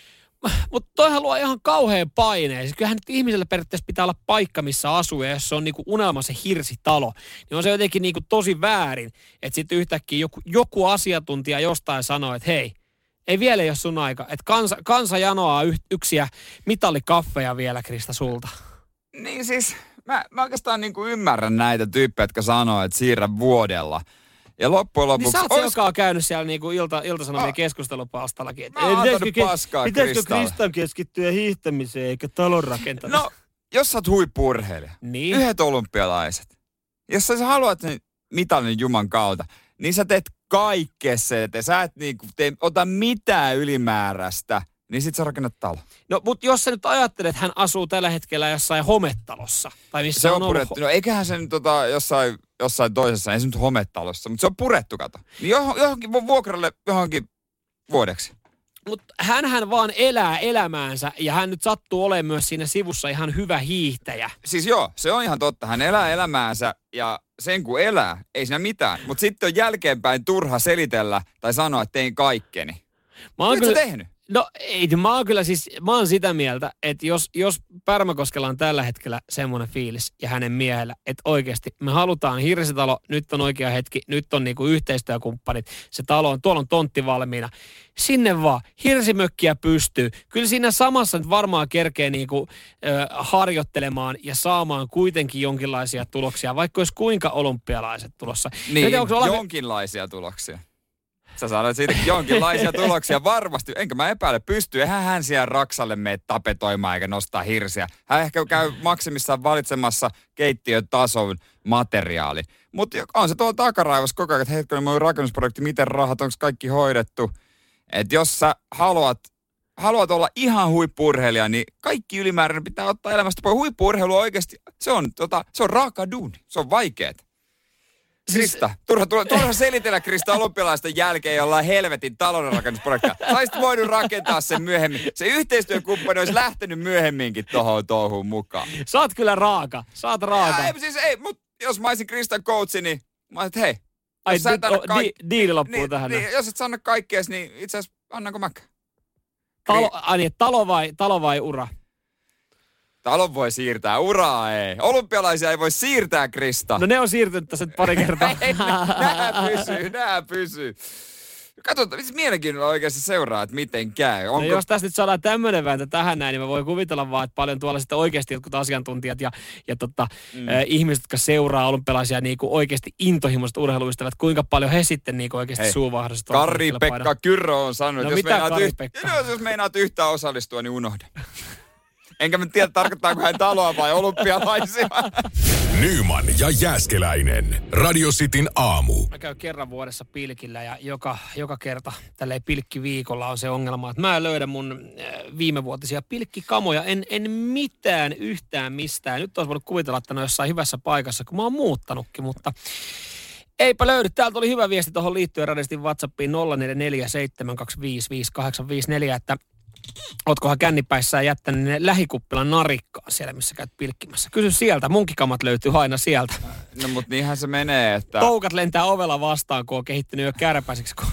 Mutta toihan luo ihan kauhean paineen. Siis kyllähän nyt ihmisellä periaatteessa pitää olla paikka, missä asuu, ja jos se on niinku unelma se hirsitalo, niin on se jotenkin niinku tosi väärin, että sitten yhtäkkiä joku, joku asiantuntija jostain sanoo, että hei, ei vielä ole sun aika. Että kansa, kansa janoaa y- yksiä mitallikaffeja vielä, Krista, sulta. Niin siis, mä, mä oikeastaan niinku ymmärrän näitä tyyppejä, jotka sanoo, että siirrä vuodella. Ja loppujen lopuksi... Niin sä oot se, joka on käynyt siellä niinku ilta, iltasanomien keskustelupalstallakin. Mä oon antanut paskaa Pitäisikö Kristan keskittyä hiihtämiseen eikä talon rakentamiseen? No, jos sä oot huippu-urheilija, niin. yhdet olympialaiset, jos sä haluat sen mitallin Juman kautta, niin sä teet kaikkea se, että sä et niinku tee, ota mitään ylimääräistä, niin sit sä rakennat talo. No, mutta jos sä nyt ajattelet, että hän asuu tällä hetkellä jossain hometalossa, tai missä se on, on purettu. Ollut... No eiköhän se nyt tota, jossain, jossain toisessa, ei se nyt hometalossa, mutta se on purettu, kato. Niin johonkin vuokralle johonkin vuodeksi. Mutta hänhän vaan elää elämäänsä ja hän nyt sattuu olemaan myös siinä sivussa ihan hyvä hiihtäjä. Siis joo, se on ihan totta. Hän elää elämäänsä ja sen kun elää, ei siinä mitään. Mutta sitten on jälkeenpäin turha selitellä tai sanoa, että tein kaikkeni. Mä oon Mitä kyllä... sä tehnyt? No ei, mä oon kyllä siis, mä oon sitä mieltä, että jos, jos Pärmäkoskella on tällä hetkellä semmoinen fiilis ja hänen miehellä, että oikeasti me halutaan hirsitalo, nyt on oikea hetki, nyt on niinku yhteistyökumppanit, se talo on, tuolla on tontti valmiina. Sinne vaan, hirsimökkiä pystyy. Kyllä siinä samassa nyt varmaan kerkee niinku, ö, harjoittelemaan ja saamaan kuitenkin jonkinlaisia tuloksia, vaikka olisi kuinka olympialaiset tulossa. Niin, tiedä, olla... jonkinlaisia tuloksia. Sä sanoit siitäkin jonkinlaisia tuloksia varmasti. Enkä mä epäile, pystyy. Eihän hän siellä Raksalle mene tapetoimaan eikä nostaa hirsiä. Hän ehkä käy maksimissaan valitsemassa keittiön tason materiaali. Mutta on se tuolla takaraivossa koko ajan, että hetkinen, mun rakennusprojekti, miten rahat, onko kaikki hoidettu. Että jos sä haluat, haluat olla ihan huippu-urheilija, niin kaikki ylimääräinen pitää ottaa elämästä pois. Huippu-urheilu oikeasti, se on, tota, se on raaka duuni. Se on vaikeet. Krista, turha, turha, turha selitellä Krista olympialaisten jälkeen jollain helvetin taloudenrakennusprojektia. Saisit voinut rakentaa sen myöhemmin. Se yhteistyökumppani olisi lähtenyt myöhemminkin tohon touhuun mukaan. Sä oot kyllä raaka. Sä oot raaka. Ja, ei, siis ei, mutta jos mä olisin Kristan coachi, niin mä olisin, että hei. Ai, sä et anna kaik- di- diili loppuu niin, tähän. Niin, jos et sä anna kaikkea, niin itse asiassa annanko mäkään? Talo, ai niin, talo vai, talo vai ura? Talon voi siirtää, uraa ei. Olympialaisia ei voi siirtää, Krista. No ne on siirtynyt tässä pari kertaa. ei, nää pysyy, nää pysyy. Katsotaan, mielenkiinnolla oikeasti seuraa, että miten käy. Onko... No jos tässä nyt saadaan tämmöinen vääntö tähän näin, niin mä voin kuvitella vaan, että paljon tuolla sitten oikeasti jotkut asiantuntijat ja, ja tota, mm. ä, ihmiset, jotka seuraa olympialaisia niin kuin oikeasti intohimoiset urheiluystävät, kuinka paljon he sitten niin kuin oikeasti suuvahdassa. Kari-Pekka Kyrö on sanonut, no, että jos meinaat, Kari-Pekka? yht... jos meinaat yhtään osallistua, niin unohda. Enkä mä tiedä, tarkoittaako hän taloa vai olympialaisia. Nyman ja Jääskeläinen. Radio Cityn aamu. Mä käyn kerran vuodessa pilkillä ja joka, joka kerta tälleen pilkkiviikolla on se ongelma, että mä en löydä mun viimevuotisia pilkkikamoja. En, en mitään yhtään mistään. Nyt olisi voinut kuvitella, että ne on jossain hyvässä paikassa, kun mä oon muuttanutkin, mutta... Eipä löydy. Täältä oli hyvä viesti tuohon liittyen radistin WhatsAppiin nolla neljä neljä seitsemän kaksi viisi viisi kahdeksan viisi neljä, että ootkohan kännipäissään jättänyt ne lähikuppilan narikkaan siellä, missä käyt pilkkimässä. Kysy sieltä. Munkikamat löytyy aina sieltä. No mut niinhän se menee, että... Toukat lentää ovella vastaan, kun on kehittynyt jo kärpäisiksi, kun,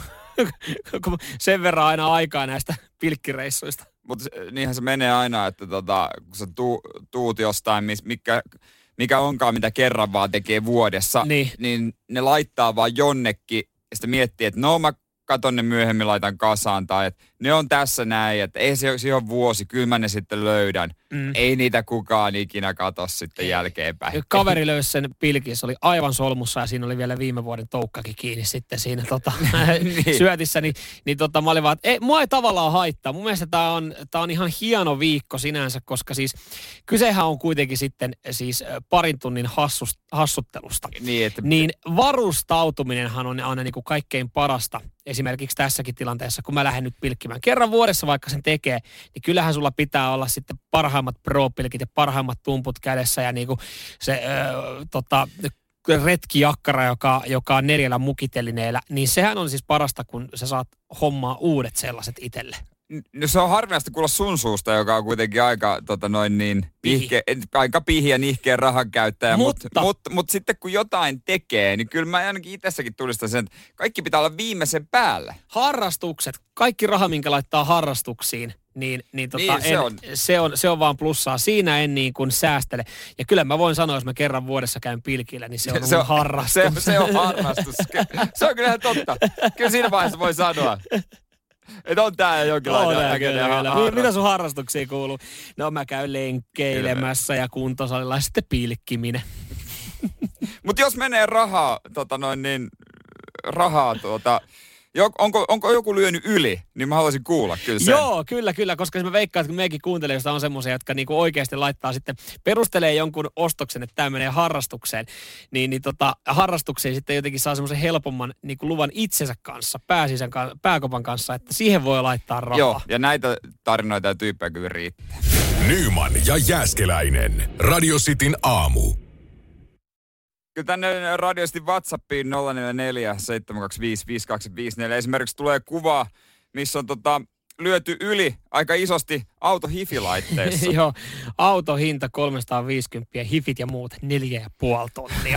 kun sen verran aina aikaa näistä pilkkireissuista. Mutta niinhän se menee aina, että tota, kun sä tu, tuut jostain, mikä, mikä onkaan, mitä kerran vaan tekee vuodessa, niin, niin ne laittaa vaan jonnekin ja sitten miettii, että no mä katon ne myöhemmin, laitan kasaan tai että ne on tässä näin, että ei se, se ole vuosi, kyllä mä ne sitten löydän. Mm. Ei niitä kukaan ikinä katso sitten jälkeenpäin. Kaveri löysi sen pilkin, se oli aivan solmussa ja siinä oli vielä viime vuoden toukkakin kiinni sitten siinä tota, niin. syötissä. Niin, niin tota, mä olin vaan, että ei, mua ei tavallaan haittaa. Mun mielestä tää on, tää on ihan hieno viikko sinänsä, koska siis kysehän on kuitenkin sitten siis parin tunnin hassust, hassuttelusta. Niin, että... niin varustautuminenhan on aina niin kuin kaikkein parasta. Esimerkiksi tässäkin tilanteessa, kun mä lähden nyt pilkkimään. Kerran vuodessa vaikka sen tekee, niin kyllähän sulla pitää olla sitten parhaimmat pro-pilkit ja parhaimmat tumput kädessä ja niinku se öö, tota, retkijakkara, joka, joka on neljällä mukitelineellä, niin sehän on siis parasta, kun sä saat hommaa uudet sellaiset itselle. No se on harvinaista kuulla sun suusta, joka on kuitenkin aika, tota noin niin, pihke, aika pihi ja nihkeä rahan käyttäjä. Mutta mut, mut, mut sitten kun jotain tekee, niin kyllä mä ainakin itsessäkin tulistan sen, että kaikki pitää olla viimeisen päällä. Harrastukset, kaikki raha, minkä laittaa harrastuksiin, niin, niin, tota, niin se, en, on. Se, on, se on vaan plussaa. Siinä en niin kuin säästele. Ja kyllä mä voin sanoa, jos mä kerran vuodessa käyn pilkillä, niin se on, se on harrastus. Se, se on harrastus. Se on kyllä totta. Kyllä siinä vaiheessa voi sanoa. Että on tää jonkinlainen näköinen harrastus. Mitä sun harrastuksiin kuuluu? No mä käyn lenkkeilemässä ja kuntosalilla ja sitten pilkkiminen. Mutta jos menee rahaa, tota noin niin, rahaa tuota, Onko, onko joku lyönyt yli, niin mä haluaisin kuulla kyllä sen. Joo, kyllä, kyllä, koska mä veikkaan, että kun meikin kuuntelijoista on semmoisia, jotka niinku oikeasti laittaa sitten, perustelee jonkun ostoksen, että tämä menee harrastukseen, niin, niin tota, harrastukseen sitten jotenkin saa semmoisen helpomman niinku luvan itsensä kanssa, pääsisän, pääkopan kanssa, että siihen voi laittaa rahaa. Joo, ja näitä tarinoita ja tyyppejä kyllä riittää. Nyman ja Jääskeläinen. Radio Cityn aamu. Kyllä tänne radiosti WhatsAppiin nolla neljä neljä seitsemän kaksi viisi viisi kaksi viisi neljä esimerkiksi tulee kuva, missä on tota, lyöty yli aika isosti auto-hifi-laitteessa. Joo, autohinta kolmesataaviisikymmentä, hifit ja muut neljä ja puoli tonnia.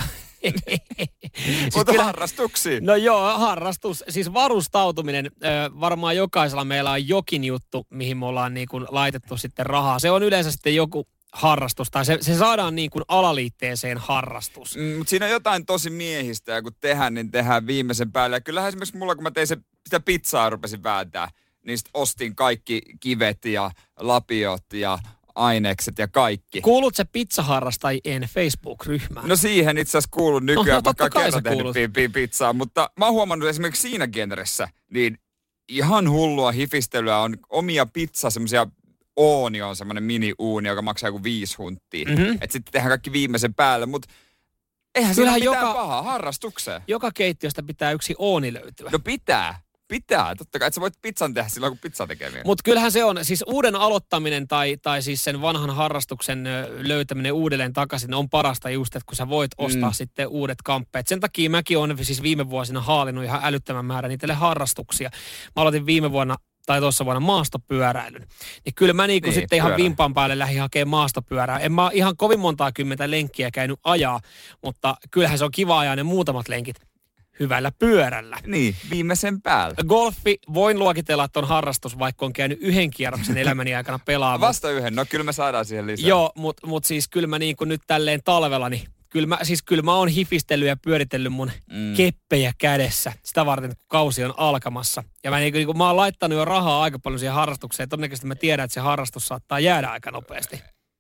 Siis mutta kyllä, harrastuksiin. No joo, harrastus. Siis varustautuminen, varmaan jokaisella meillä on jokin juttu, mihin me ollaan niin kuin laitettu sitten rahaa. Se on yleensä sitten joku harrastus, tai se, se saadaan niin kuin alaliitteeseen harrastus. Mm, mutta siinä on jotain tosi miehistä, ja kun tehdään, niin tehdään viimeisen päälle. Ja kyllähän esimerkiksi mulla, kun mä tein se, sitä pizzaa rupesin vääntää, niin sit ostin kaikki kivet ja lapiot ja ainekset ja kaikki. Kuulut se pizzaharrastajien Facebook-ryhmään? No siihen itse asiassa kuulun nykyään, no, no, vaikka kerran tehnyt pi- pi- pizzaa. Mutta mä oon huomannut esimerkiksi siinä genressä, niin ihan hullua hifistelyä on omia pizza, semmosia Ooni on semmoinen mini-uuni, joka maksaa joku viisi hunttia. Mm-hmm. Että sitten tehdään kaikki viimeisen päälle, mutta eihän siinä ole mitään joka, pahaa harrastukseen. Joka keittiöstä pitää yksi Ooni löytyä. No pitää, pitää. Totta kai, että sä voit pizzan tehdä silloin, kun pizza tekee niin. Mutta kyllähän se on, siis uuden aloittaminen tai, tai siis sen vanhan harrastuksen löytäminen uudelleen takaisin on parasta just, että kun sä voit ostaa mm. sitten uudet kamppeet. Sen takia mäkin olen siis viime vuosina haalinut ihan älyttömän määrän itselle harrastuksia. Mä aloitin viime vuonna tai tuossa vuonna maastopyöräilyn. Niin kyllä mä niinku niin, sitten pyörä. ihan vimpan päälle lähdin hakemaan maastopyörää. En mä ihan kovin montaa kymmentä lenkkiä käynyt ajaa, mutta kyllähän se on kiva ajaa ne muutamat lenkit hyvällä pyörällä. Niin, viimeisen päällä. Golfi, voin luokitella, että on harrastus, vaikka on käynyt yhden kierroksen elämäni aikana pelaamaan. Vasta yhden, no kyllä me saadaan siihen lisää. Joo, mutta mut siis kyllä mä niinku nyt tälleen talvella, niin Kyllä mä, siis kyllä mä oon hifistellyt ja pyöritellyt mun mm. keppejä kädessä sitä varten, kun kausi on alkamassa. Ja mä, niin, niin kun mä oon laittanut jo rahaa aika paljon siihen harrastukseen, todennäköisesti mä tiedän, että se harrastus saattaa jäädä aika nopeasti.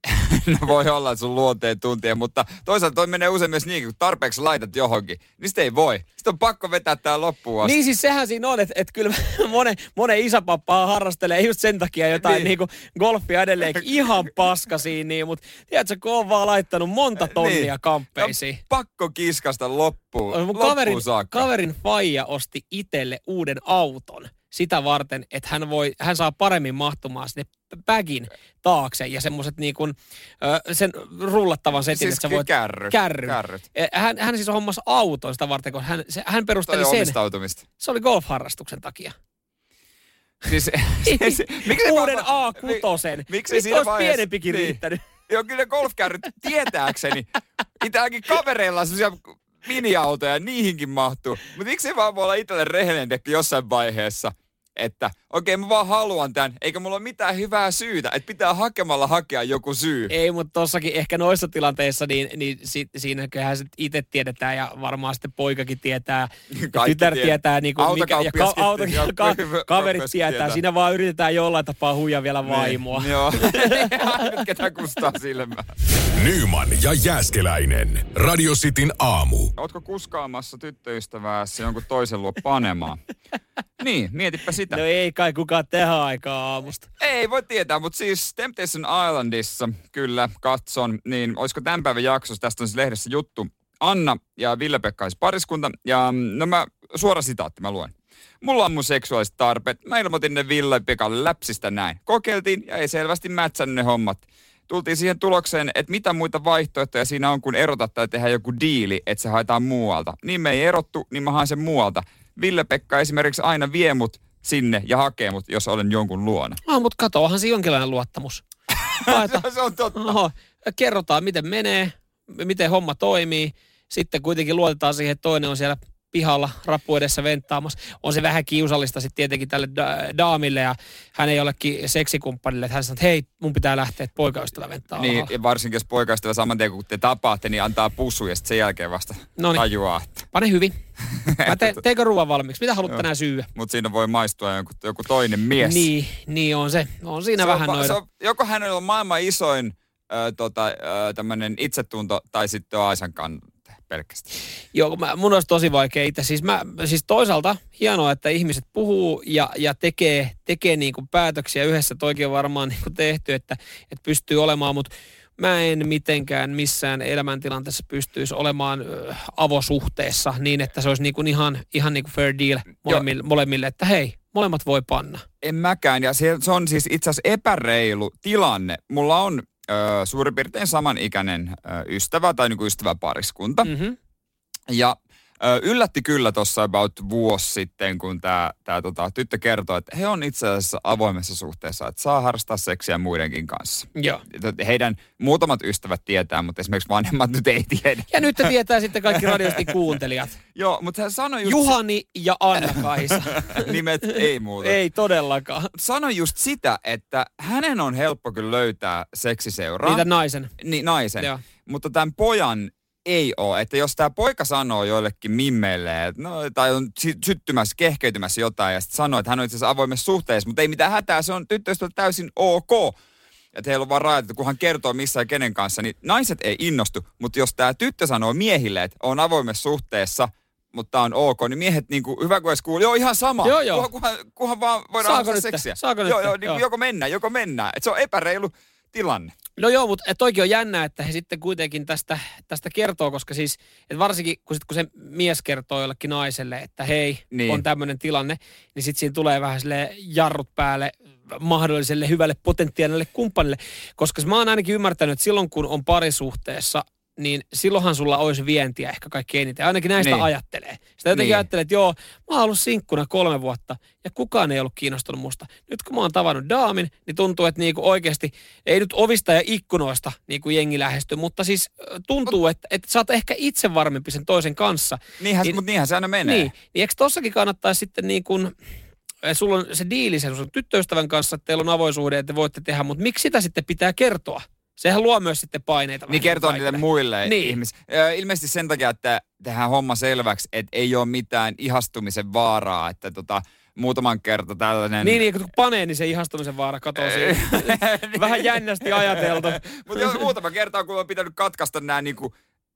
No voi olla, että sun luonteen tuntee, mutta toisaalta toi menee usein myös niin, kun tarpeeksi laitat johonkin, niin sitä ei voi. Sitten on pakko vetää tää loppuun asti. Niin siis sehän siinä on, että, että kyllä monen, monen isäpappaa harrastelee just sen takia jotain niin. Niin kuin golfia edelleenkin ihan paskasiin, niin, mutta tiedätkö, kun on vaan laittanut monta tonnia niin. kamppeisiin. No, pakko kiskasta loppuun, mun loppuun kaverin, saakka. Kaverin faija osti itselle uuden auton sitä varten, että hän, voi, hän saa paremmin mahtumaan sinne bagin taakse ja semmoiset niin kuin, sen rullattavan setin, siis että sä voit kärryt. kärry. Kärryt. Hän, hän siis on hommassa auton sitä varten, kun hän, se, hän perusteli Toi sen. omistautumista. Se oli golf-harrastuksen takia. Siis, siis, miksi uuden A kuusi. Miksi Miksi olisi pienempikin niin. riittänyt? Joo, kyllä ne golfkärryt tietääkseni. Itselläkin kavereilla on sellaisia mini-autoja, niihinkin mahtuu. Mutta miksi vaan voi olla itselle rehellinen tekki jossain vaiheessa, että okei, okay, mä vaan haluan tämän, eikä mulla ole mitään hyvää syytä, että pitää hakemalla hakea joku syy. Ei, mutta tossakin ehkä noissa tilanteissa, niin, niin si, siinäköhän itse tiedetään ja varmaan sitten poikakin tietää, tytär tie- tietää, niin kuin mikä, ja ka- auto, ka- kaverit tietää. tietää. Siinä vaan yritetään jollain tapaa huijaa vielä vaimoa. Ne, joo, nyt ketä kustaa silmää. Nyman ja Jääskeläinen. Radio Cityn aamu. Ootko kuskaamassa tyttöystävääsi jonkun toisen luo panemaan? Niin, mietipä sitä. No ei kai kukaan tehdä aikaa aamusta. Ei voi tietää, mutta siis Temptation Islandissa kyllä katson, niin olisiko tämän päivän jaksossa, tästä on siis lehdessä juttu, Anna ja Ville-Pekka olisi pariskunta, ja no mä, suora sitaatti mä luen. Mulla on mun seksuaaliset tarpeet, mä ilmoitin ne Ville-Pekalle läpsistä näin. Kokeiltiin ja ei selvästi mätsännyt ne hommat. Tultiin siihen tulokseen, että mitä muita vaihtoehtoja siinä on, kun erota tai tehdä joku diili, että se haetaan muualta. Niin me ei erottu, niin mä haen sen muualta. Ville-Pekka esimerkiksi aina vie mut sinne ja hakee mut, jos olen jonkun luona. Ah, mutta kato, onhan se jonkinlainen luottamus. Se on totta. Oho, kerrotaan, miten menee, miten homma toimii. Sitten kuitenkin luotetaan siihen, että toinen on siellä pihalla rappu edessä venttaamassa. On se vähän kiusallista sitten tietenkin tälle da- daamille ja hän ei olekin seksikumppanille. Että hän sanoo, että hei, mun pitää lähteä, että poikaystävä venttaa. Niin, ja varsinkin jos poikaystävä saman tien kun te tapaatte, niin antaa pussu ja sitten sen jälkeen vasta Noniin. tajuaa. Pane hyvin. Mä te, teekö ruoan valmiiksi? Mitä haluat tänään syyä? Mutta siinä voi maistua joku, joku toinen mies. Niin, niin on se. On siinä se vähän noin. Joko hänellä on maailman isoin äh, tota, äh, tämmöinen itsetunto tai sitten on Aisan kante. pelkästään. Joo, mä, mun olisi tosi vaikea itse. Siis, mä, siis toisaalta hienoa, että ihmiset puhuu ja, ja tekee, tekee niin kuin päätöksiä yhdessä. Toikin on varmaan niin kuin tehty, että, että pystyy olemaan, mutta mä en mitenkään missään elämäntilanteessa pystyisi olemaan ö, avosuhteessa niin, että se olisi niin kuin ihan, ihan niin kuin fair deal molemmille, molemmille, että hei, molemmat voi panna. En mäkään, ja se, se on siis itse asiassa epäreilu tilanne. Mulla on ö, suurin piirtein samanikäinen ö, ystävä tai niin kuin ystäväpariskunta. Mm-hmm. Ja ö, yllätti kyllä tuossa about vuosi sitten, kun tämä tää, tota, tyttö kertoi, että he on itse asiassa avoimessa suhteessa, että saa harrastaa seksiä muidenkin kanssa. Joo. Heidän muutamat ystävät tietää, mutta esimerkiksi vanhemmat nyt ei tiedä. Ja nyt tietää sitten kaikki radiosti kuuntelijat. Joo, mutta hän sanoi just... Juhani ja Anna-Kaisa. Nimet ei muuta. Ei todellakaan. Sanoi just sitä, että hänen on helppo kyllä löytää seksiseuraa. Niitä naisen. Niin, naisen. Joo. Mutta tämän pojan ei ole. Että jos tämä poika sanoo joillekin mimmeille, että no, tai on sy- syttymässä, kehkeytymässä jotain, ja sitten sanoo, että hän on itse asiassa avoimessa suhteessa, mutta ei mitään hätää, se on tyttöystävä täysin ok. Että heillä on vaan rajat, että kun hän kertoo missä ja kenen kanssa, niin naiset ei innostu. Mutta jos tämä tyttö sanoo miehille, että on avoimessa suhteessa, mutta on ok, niin miehet niin kuin, hyvä kun edes kuuli, joo ihan sama. Joo, joo. Kunhan, kunhan, kunhan vaan voidaan harrastaa seksiä. Saako nyt? Joo, joo, niin joko mennään, joko mennään. Että se on epäreilu tilanne. No joo, mutta toikin on jännä, että he sitten kuitenkin tästä, tästä kertoo, koska siis, että varsinkin kun, sit, kun se mies kertoo jollekin naiselle, että hei, niin. on tämmöinen tilanne, niin sitten siinä tulee vähän silleen jarrut päälle mahdolliselle hyvälle potentiaalille kumppanille. Koska mä oon ainakin ymmärtänyt, että silloin kun on parisuhteessa, niin silloinhan sulla olisi vientiä ehkä kaikki eniten. Ainakin näistä niin. ajattelee. Sitä jotenkin niin. ajattelee, että joo, mä oon ollut sinkkuna kolme vuotta ja kukaan ei ollut kiinnostunut musta. Nyt kun mä oon tavannut daamin, niin tuntuu, että niinku oikeasti, ei nyt ovista ja ikkunoista niinku jengi lähesty, mutta siis tuntuu, Mut, että, että sä oot ehkä itse varmempi sen toisen kanssa. Niinhän, niin, mutta niinhän se aina menee. Niin, niin eikö tossakin kannattaisi sitten niin kuin, sulla on se diili sen sun tyttöystävän kanssa, että teillä on avoisuhde, että te voitte tehdä, mutta miksi sitä sitten pitää kertoa? Sehän luo myös sitten paineita. Niin kertoo niille muille niin. ihmisille. Ilmeisesti sen takia, että tehdään homma selväksi, että ei ole mitään ihastumisen vaaraa, että tota, muutaman kerta tällainen... Niin, niin kun panee, niin se ihastumisen vaara katoaa siinä. Vähän jännästi ajateltu. Mutta jos muutama kerta, kun on pitänyt katkaista nämä niinku,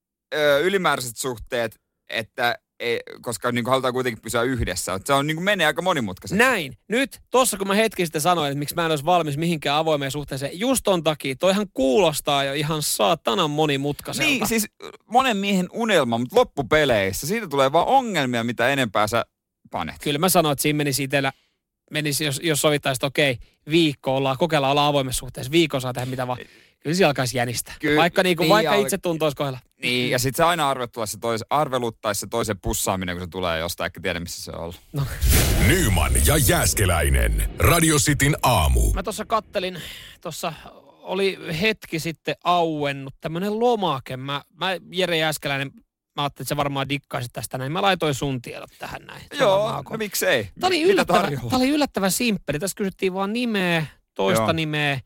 ö, ylimääräiset suhteet, että... Ei, koska niin kuin halutaan kuitenkin pysyä yhdessä. Se on niin kuin menee aika monimutkaiseksi. Näin. Nyt, tossa kun mä hetki sitten sanoin, että miksi mä en olisi valmis mihinkään avoimeen suhteeseen, just ton takia, toihan kuulostaa jo ihan saatanan monimutkaiselta. Niin, siis monen miehen unelma, mutta loppupeleissä siitä tulee vaan ongelmia, mitä enempää sä panet. Kyllä mä sanoin, että siinä menisi itsellä, menisi, jos, jos sovittaisiin, että okei, viikko ollaan, kokeillaan olla avoimessa suhteessa, viikko saa tehdä mitä vaan. Kyllä se alkaisi jänistää. Ky- vaikka niinku, niin vaikka al- itse tuntuisi kohdalla. Niin, ja sitten se aina arveluttaisi se, tois, arveluttaisi se toisen pussaaminen, kun se tulee jostain, ehkä tiedä missä se on ollut. No. Nyman ja Jääskeläinen. Radio Cityn aamu. Mä tuossa kattelin, tuossa oli hetki sitten auennut tämmönen lomake. Mä, mä Jere Jääskeläinen, mä ajattelin, että sä varmaan dikkaisit tästä näin. Mä laitoin sun tiedot tähän näin. Joo, no miksei. Tää oli yllättävän, tää oli yllättävän simppeli. Tässä kysyttiin vaan nimeä, toista Joo. nimeä.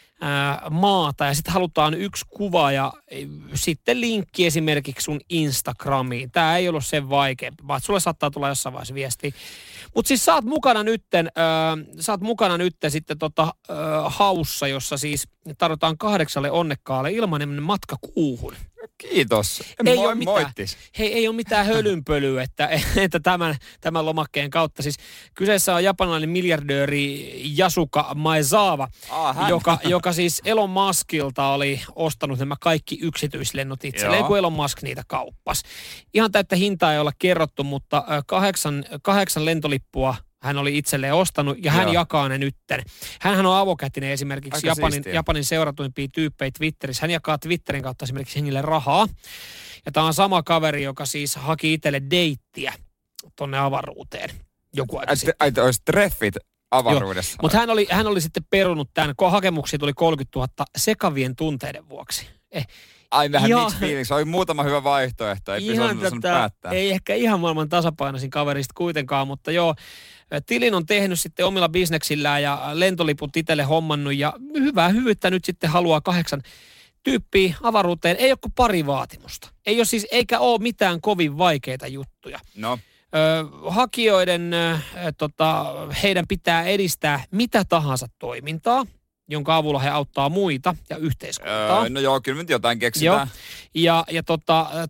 maata ja sitten halutaan yksi kuva ja sitten linkki esimerkiksi sun Instagramiin. Tää ei ollut sen vaikeampi, vaan sulle saattaa tulla jossain vaiheessa viestiä. Mutta siis sä oot mukana nytten, äh, sä oot mukana nytten sitten tota äh, haussa, jossa siis tarjotaan kahdeksalle onnekkaalle ilmainen matka kuuhun. Kiitos. Ei Moi, ole mitään, hei, ei ole mitään hölynpölyä, että, että tämän, tämän lomakkeen kautta. Siis kyseessä on japanilainen miljardööri Yasuka Maezawa, ah, joka, joka siis Elon Muskilta oli ostanut nämä kaikki yksityislennot itselleen, kun Elon Musk niitä kauppas. Ihan täyttä hintaa ei olla kerrottu, mutta kahdeksan, kahdeksan lentolippua hän oli itselleen ostanut ja hän Joo. jakaa ne nytten. Hänhän on avokätinen esimerkiksi Japanin, Japanin seuratuimpia tyyppejä Twitterissä. Hän jakaa Twitterin kautta esimerkiksi hengille rahaa. Ja tämä on sama kaveri, joka siis haki itselle deittiä tonne avaruuteen joku aika sitten. Ai, olisi treffit avaruudessa. Mutta hän oli, hän oli sitten perunut tämän, kun hakemuksia tuli kolmekymmentätuhatta sekavien tunteiden vuoksi. Eh, Ai vähän mixed feelings. Oli muutama hyvä vaihtoehto. Ei ihan tätä, päättää. Ei ehkä ihan maailman tasapainoisin kaverista kuitenkaan, mutta joo. Tilin on tehnyt sitten omilla bisneksillään ja lentoliput itselle hommannut ja hyvää hyvyyttä nyt sitten haluaa kahdeksan tyyppiä avaruuteen. Ei ole kuin pari vaatimusta. Ei ole siis, eikä ole mitään kovin vaikeita juttuja. No. Ö, hakijoiden, ö, tota, heidän pitää edistää mitä tahansa toimintaa, jonka avulla he auttaa muita ja yhteiskuntaa. Öö, no joo, kyllä nyt jotain keksitään. Joo. Ja, ja tota,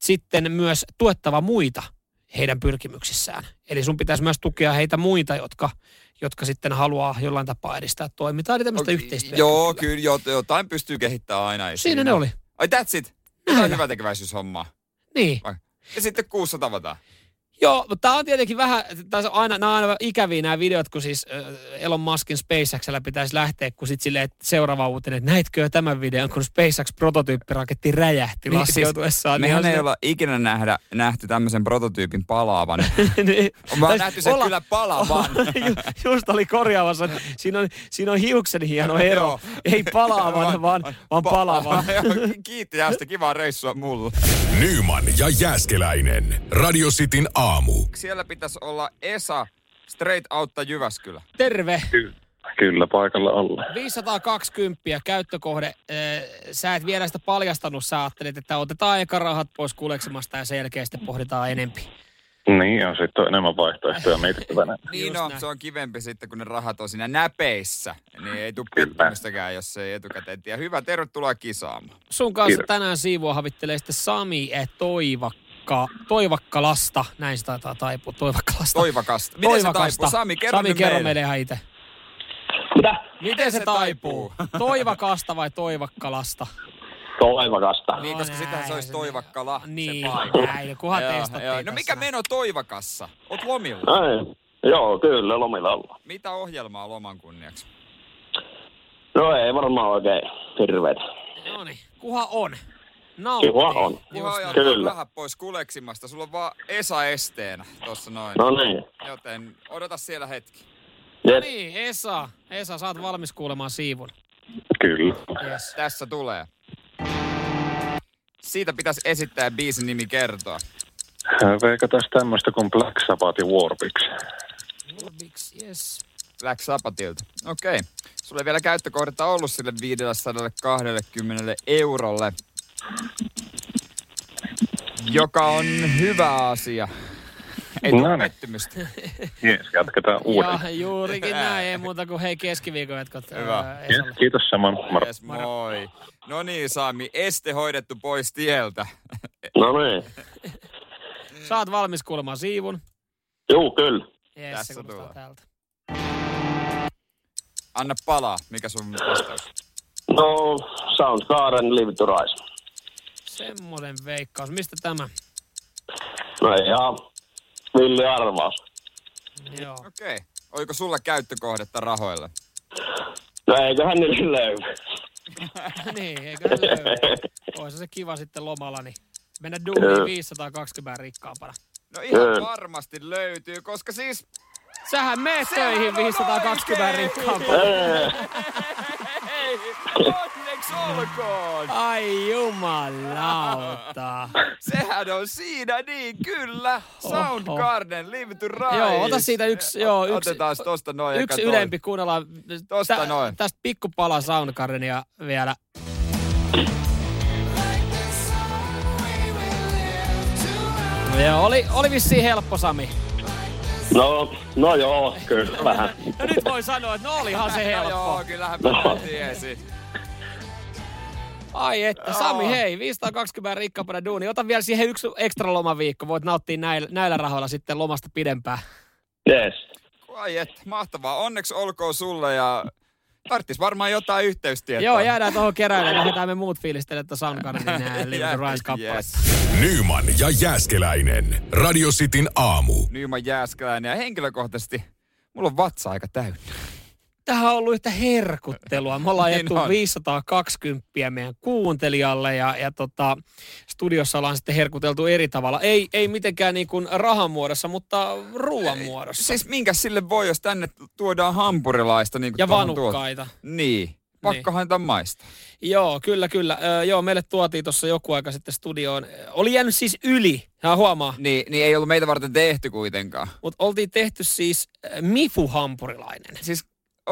sitten myös tuettava muita heidän pyrkimyksissään. Eli sun pitäisi myös tukea heitä muita, jotka, jotka sitten haluaa jollain tapaa edistää toimintaa. Eli tämmöistä okay, yhteistyötä. Joo, kyllä, kyllä jotain pystyy kehittämään aina. Siinä, siinä ne oli. Ai that's it. Jotain hyvätekeväisyyshommaa. Niin. Vai? Ja sitten kuussa tavataan. Joo, mutta tämä on tietenkin vähän, tässä on aina, nämä on aina ikäviä nämä videot, kun siis Elon Muskin SpaceXllä pitäisi lähteä, kun sitten silleen, että seuraava uutinen, että näitkö tämän videon, kun SpaceX-prototyyppiraketti räjähti niin, laskeutuessaan. Siis, mehän niin ei olla ikinä nähdä, nähty tämmöisen prototyypin palaavan. niin, Mä oon nähty sen olla, kyllä palaavan. Just oli korjaavassa, että siinä on, siinä on hiuksen hieno ero. Ei palaavan, vaan, vaan palaavan. Kiitti jäästä, kivaa reissua mulla. Nyman ja Jääskeläinen. Radio Cityn aamu. Siellä pitäisi olla Esa Straight Outta Jyväskylä. Terve. Ky- kyllä, paikalla olla. viisisataakaksikymmentä käyttökohde. Sä et vielä sitä paljastanut. Sä ajattelet, että otetaan eka rahat pois kuleksemasta ja sen jälkeen sitten pohditaan enempi. Niin, ja sitten on enemmän vaihtoehtoja mietittävänä. niin no, se on kivempi sitten, kun ne rahat on siinä näpeissä. Niin ei tule pettymystäkään, jos se ei etukäteen tiedä. Hyvä, tervetuloa kisaamaan. Sun kanssa Kiitos. Tänään siivua havittelee sitten Sami Toivakka, Toivakkalasta. Näin se taitaa taipua, Toivakkalasta. Toivakasta. Miten Toivakasta. Se taipuu? Sami, kerro Sami, kerro meille ihan itse. Mitä? Miten se, se taipuu? Toivakasta vai Toivakkalasta? Toivakasta. Niin, koska no, sitähän se olisi Toivakkala, niin, se paikka. Näin, kunhan testattiin. No mikä meno Toivakassa? Oot lomilla? Ei. Joo, kyllä, lomilla ollaan. Mitä ohjelmaa loman kunniaksi? No ei varmaan oikein hirveet. Noniin, kuha on. Nauttii. Kuha on. Kuha on vähän pois kuleksimasta. Sulla on vaan Esa esteenä tossa noin. No niin. Joten odota siellä hetki. No niin, Esa. Esa, sä oot valmis kuulemaan siivun. Kyllä. Yes. Tässä tulee. Siitä pitäisi esittää biisin nimi kertoa. Veikataan tämmöistä kuin Black Sabbath ja Warpix. Warpix, yes. Black Sabbathilta. Okei. Okay. Sulla ei vielä käyttökohdetta ollut sille viisisataakaksikymmentä eurolle. Joka on hyvä asia. Ei tule no, pettymystä. Jees, jatketaan uudelleen. Ja juurikin näin, ei muuta kuin hei keskiviikon jatkot. Hyvä. Yes, kiitos saman. Moro. Yes, moi. No niin, Sami, este hoidettu pois tieltä. No niin. Sä oot valmis kuulemaan siivun. Juu, kyllä. Yes, tässä se tulee. Täältä. Anna palaa. Mikä sun vastaus? No, Soundgarden, Live to Rise. Semmoinen veikkaus. Mistä tämä? No ihan villi arvaus. Joo. Okei. Okay. Oliko sulla käyttökohdetta rahoille? No eiköhän niille löydy. niin, eiköhän löydy. Olisi se kiva sitten lomalla, niin mennä duuniin viisisataakaksikymmentä rikkaampana. No ihan varmasti löytyy, koska siis... Sähän meet töihin viisisataakaksikymmentä rikkaampana. Hei, onneksi olkoon! Ai jumalauta. Sehän on siinä niin, kyllä. Soundgarden, Live to Rise. Joo, ota siitä yksi, joo, yksi, otetaan tosta noin. Yksi ylempi, kuunnellaan tosta tä, noin. Tästä pikkupala Soundgardenia vielä. Joo, oli, oli vissiin helppo, Sami. No, no joo, kyllä vähän. Ja nyt voi sanoa, että no olihan se helppo. No joo, kyllähän mä no. tiesin. Ai että, Sami, hei, viisisataakaksikymmentä rikkaampana duuni. Ota vielä siihen yksi ekstra lomaviikko. Voit nauttia näillä, näillä rahoilla sitten lomasta pidempään. Yes. Ai että, mahtavaa. Onneksi olkoon sulle ja tarttis varmaan jotain yhteystietoa. Joo, jäädään tuohon keräilemään. Lähdetään me muut fiilistellä, että Soundgardenin nää Live to Rise-kappaletta. Yes. Nyman ja Jääskeläinen. Radio Cityn aamu. Nyman Jääskeläinen ja henkilökohtaisesti mulla on vatsa aika täynnä. Tähän on ollut yhtä herkuttelua. Me ollaan jätty viisisataakaksikymmentä meidän kuuntelijalle ja, ja tota, studiossa ollaan sitten herkuteltu eri tavalla. Ei, ei mitenkään niin kuin rahan muodossa, mutta ruoan muodossa. Siis minkä sille voi, jos tänne tuodaan hampurilaista? Niin kuin ja vanukkaita. Tuot. Niin. Pakkohan tämän maista. Joo, kyllä, kyllä. Ö, joo, meille tuotiin tuossa joku aika sitten studioon. Oli jäänyt siis yli, hän huomaa. Niin, niin ei ollut meitä varten tehty kuitenkaan. Mutta oltiin tehty siis Mifu-hampurilainen. Siis oudo,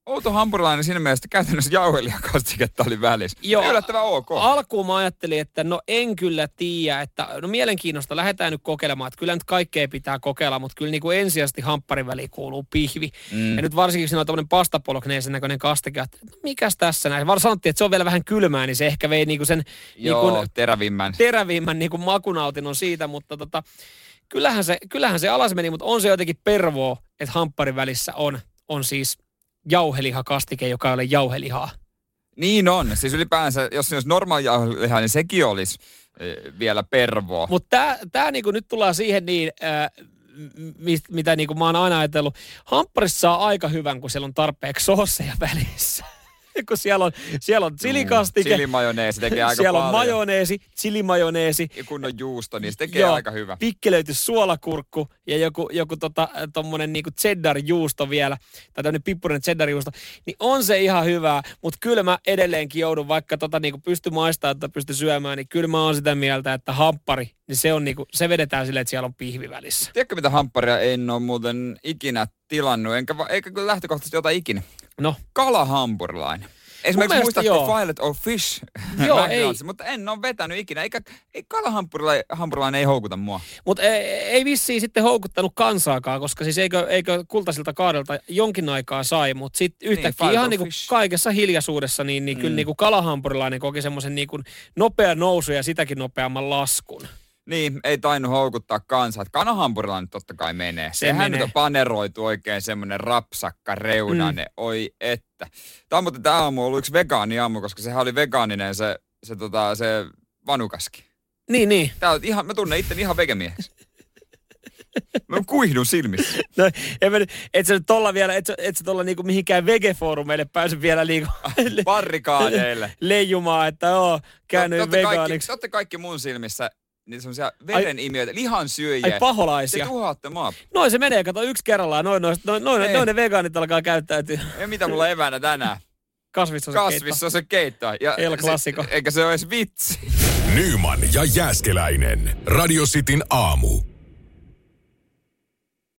outo hampurilainen siinä mielessä, että käytännössä jauhelijakastiketta oli välissä. Joo. Yllättävän ok. Alkuun mä ajattelin, että no en kyllä tiedä, että no mielenkiinnosta lähdetään nyt kokeilemaan, että kyllä nyt kaikkea pitää kokeilla, mutta kyllä niin kuin ensisijaisesti hampparin väliin kuuluu pihvi. Mm. Ja nyt varsinkin, kun siinä on tämmöinen pastapolokneisen näköinen kastike, että no mikäs tässä näin. Vaan sanottiin, että se on vielä vähän kylmää, niin se ehkä vei niin kuin sen Joo, niin kuin terävimmän. terävimmän niin kuin makunautinnon siitä, mutta tota, kyllähän, se, kyllähän se alas meni, mutta on se jotenkin pervoa, että hampparin välissä on, on siis jauhelihakastike, joka ei ole jauhelihaa. Niin on. Siis ylipäänsä, jos se olisi normaali jauheliha, niin sekin olisi äh, vielä pervoa. Mutta tämä tää niinku nyt tullaan siihen niin, äh, mit, mitä niinku mä oon aina ajatellut. Hampparissa saa aika hyvän, kun siellä on tarpeeksi soosseja välissä. Kun siellä on, siellä on chilikastike. Mm, chilimajoneesi tekee aika siellä paljon. Siellä on majoneesi, chilimajoneesi. Ja kun on juusto, niin se tekee Joo, aika hyvä. pikkelöity suolakurkku ja joku, joku tota, tommonen niinku cheddar-juusto vielä, tai tämmönen pippurinen cheddar-juusto, niin on se ihan hyvää, mutta kyllä mä edelleenkin joudun, vaikka tota niinku pysty maistamaan tai pysty syömään, niin kyllä mä oon sitä mieltä, että hamppari, niin se on niinku, se vedetään silleen, että siellä on pihvi välissä. Tiedätkö mitä hampparia en ole muuten ikinä tilannut, enkä, eikä kyllä lähtökohtaisesti jota ikinä. No. Kalahampurilainen. Esimerkiksi muistatko Filet of Fish? Joo, ei. Mutta en ole vetänyt ikinä. Eikä ei kalahampurilainen ei houkuta mua. Mutta ei, ei vissiin sitten houkuttanut kansaakaan, koska siis eikö, eikö kultaisilta kaadelta jonkin aikaa sai, mutta sitten yhtäkkiä niin, ihan niinku kaikessa hiljaisuudessa, niin, niin mm. kyllä niinku kalahampurilainen koki semmoisen niinku nopea nousu ja sitäkin nopeamman laskun. Niin, ei tainnut houkuttaa kansaa. Kanahampurilainen totta kai menee. Se Sehän menee. nyt on paneroitu oikein semmoinen rapsakka reunainen. Mm. Oi että. Tämä on muuten tämä aamu ollut yksi vegaani aamu, koska sehän oli vegaaninen se, se, tota, se vanukaskin. Niin, niin. Tää on ihan, mä tunnen itteni ihan vegemieheksi. Mä kuihdun silmissä. No, en mä, et sä nyt tolla vielä, et sä, et sä tolla niinku mihinkään vegefoorumeille pääse vielä niinku barrikaadeille leijumaan, että oo, käynyt vegaaniksi. Te ootte kaikki mun silmissä niitä semmosia verenimiöitä, lihansyöjiä. Ai paholaisia. Te tuhoatte maa. Noin se menee, kato yksi kerrallaan, noin, noin, noin, noin, noin ne vegaanit alkaa käyttäytyä. Ei mitä mulla eväänä tänään. Kasvissosekeitto. Kasvissosekeitto. El Clasico. Eikä se ole edes vitsi. Nyman ja Jääskeläinen. Radio Cityn aamu.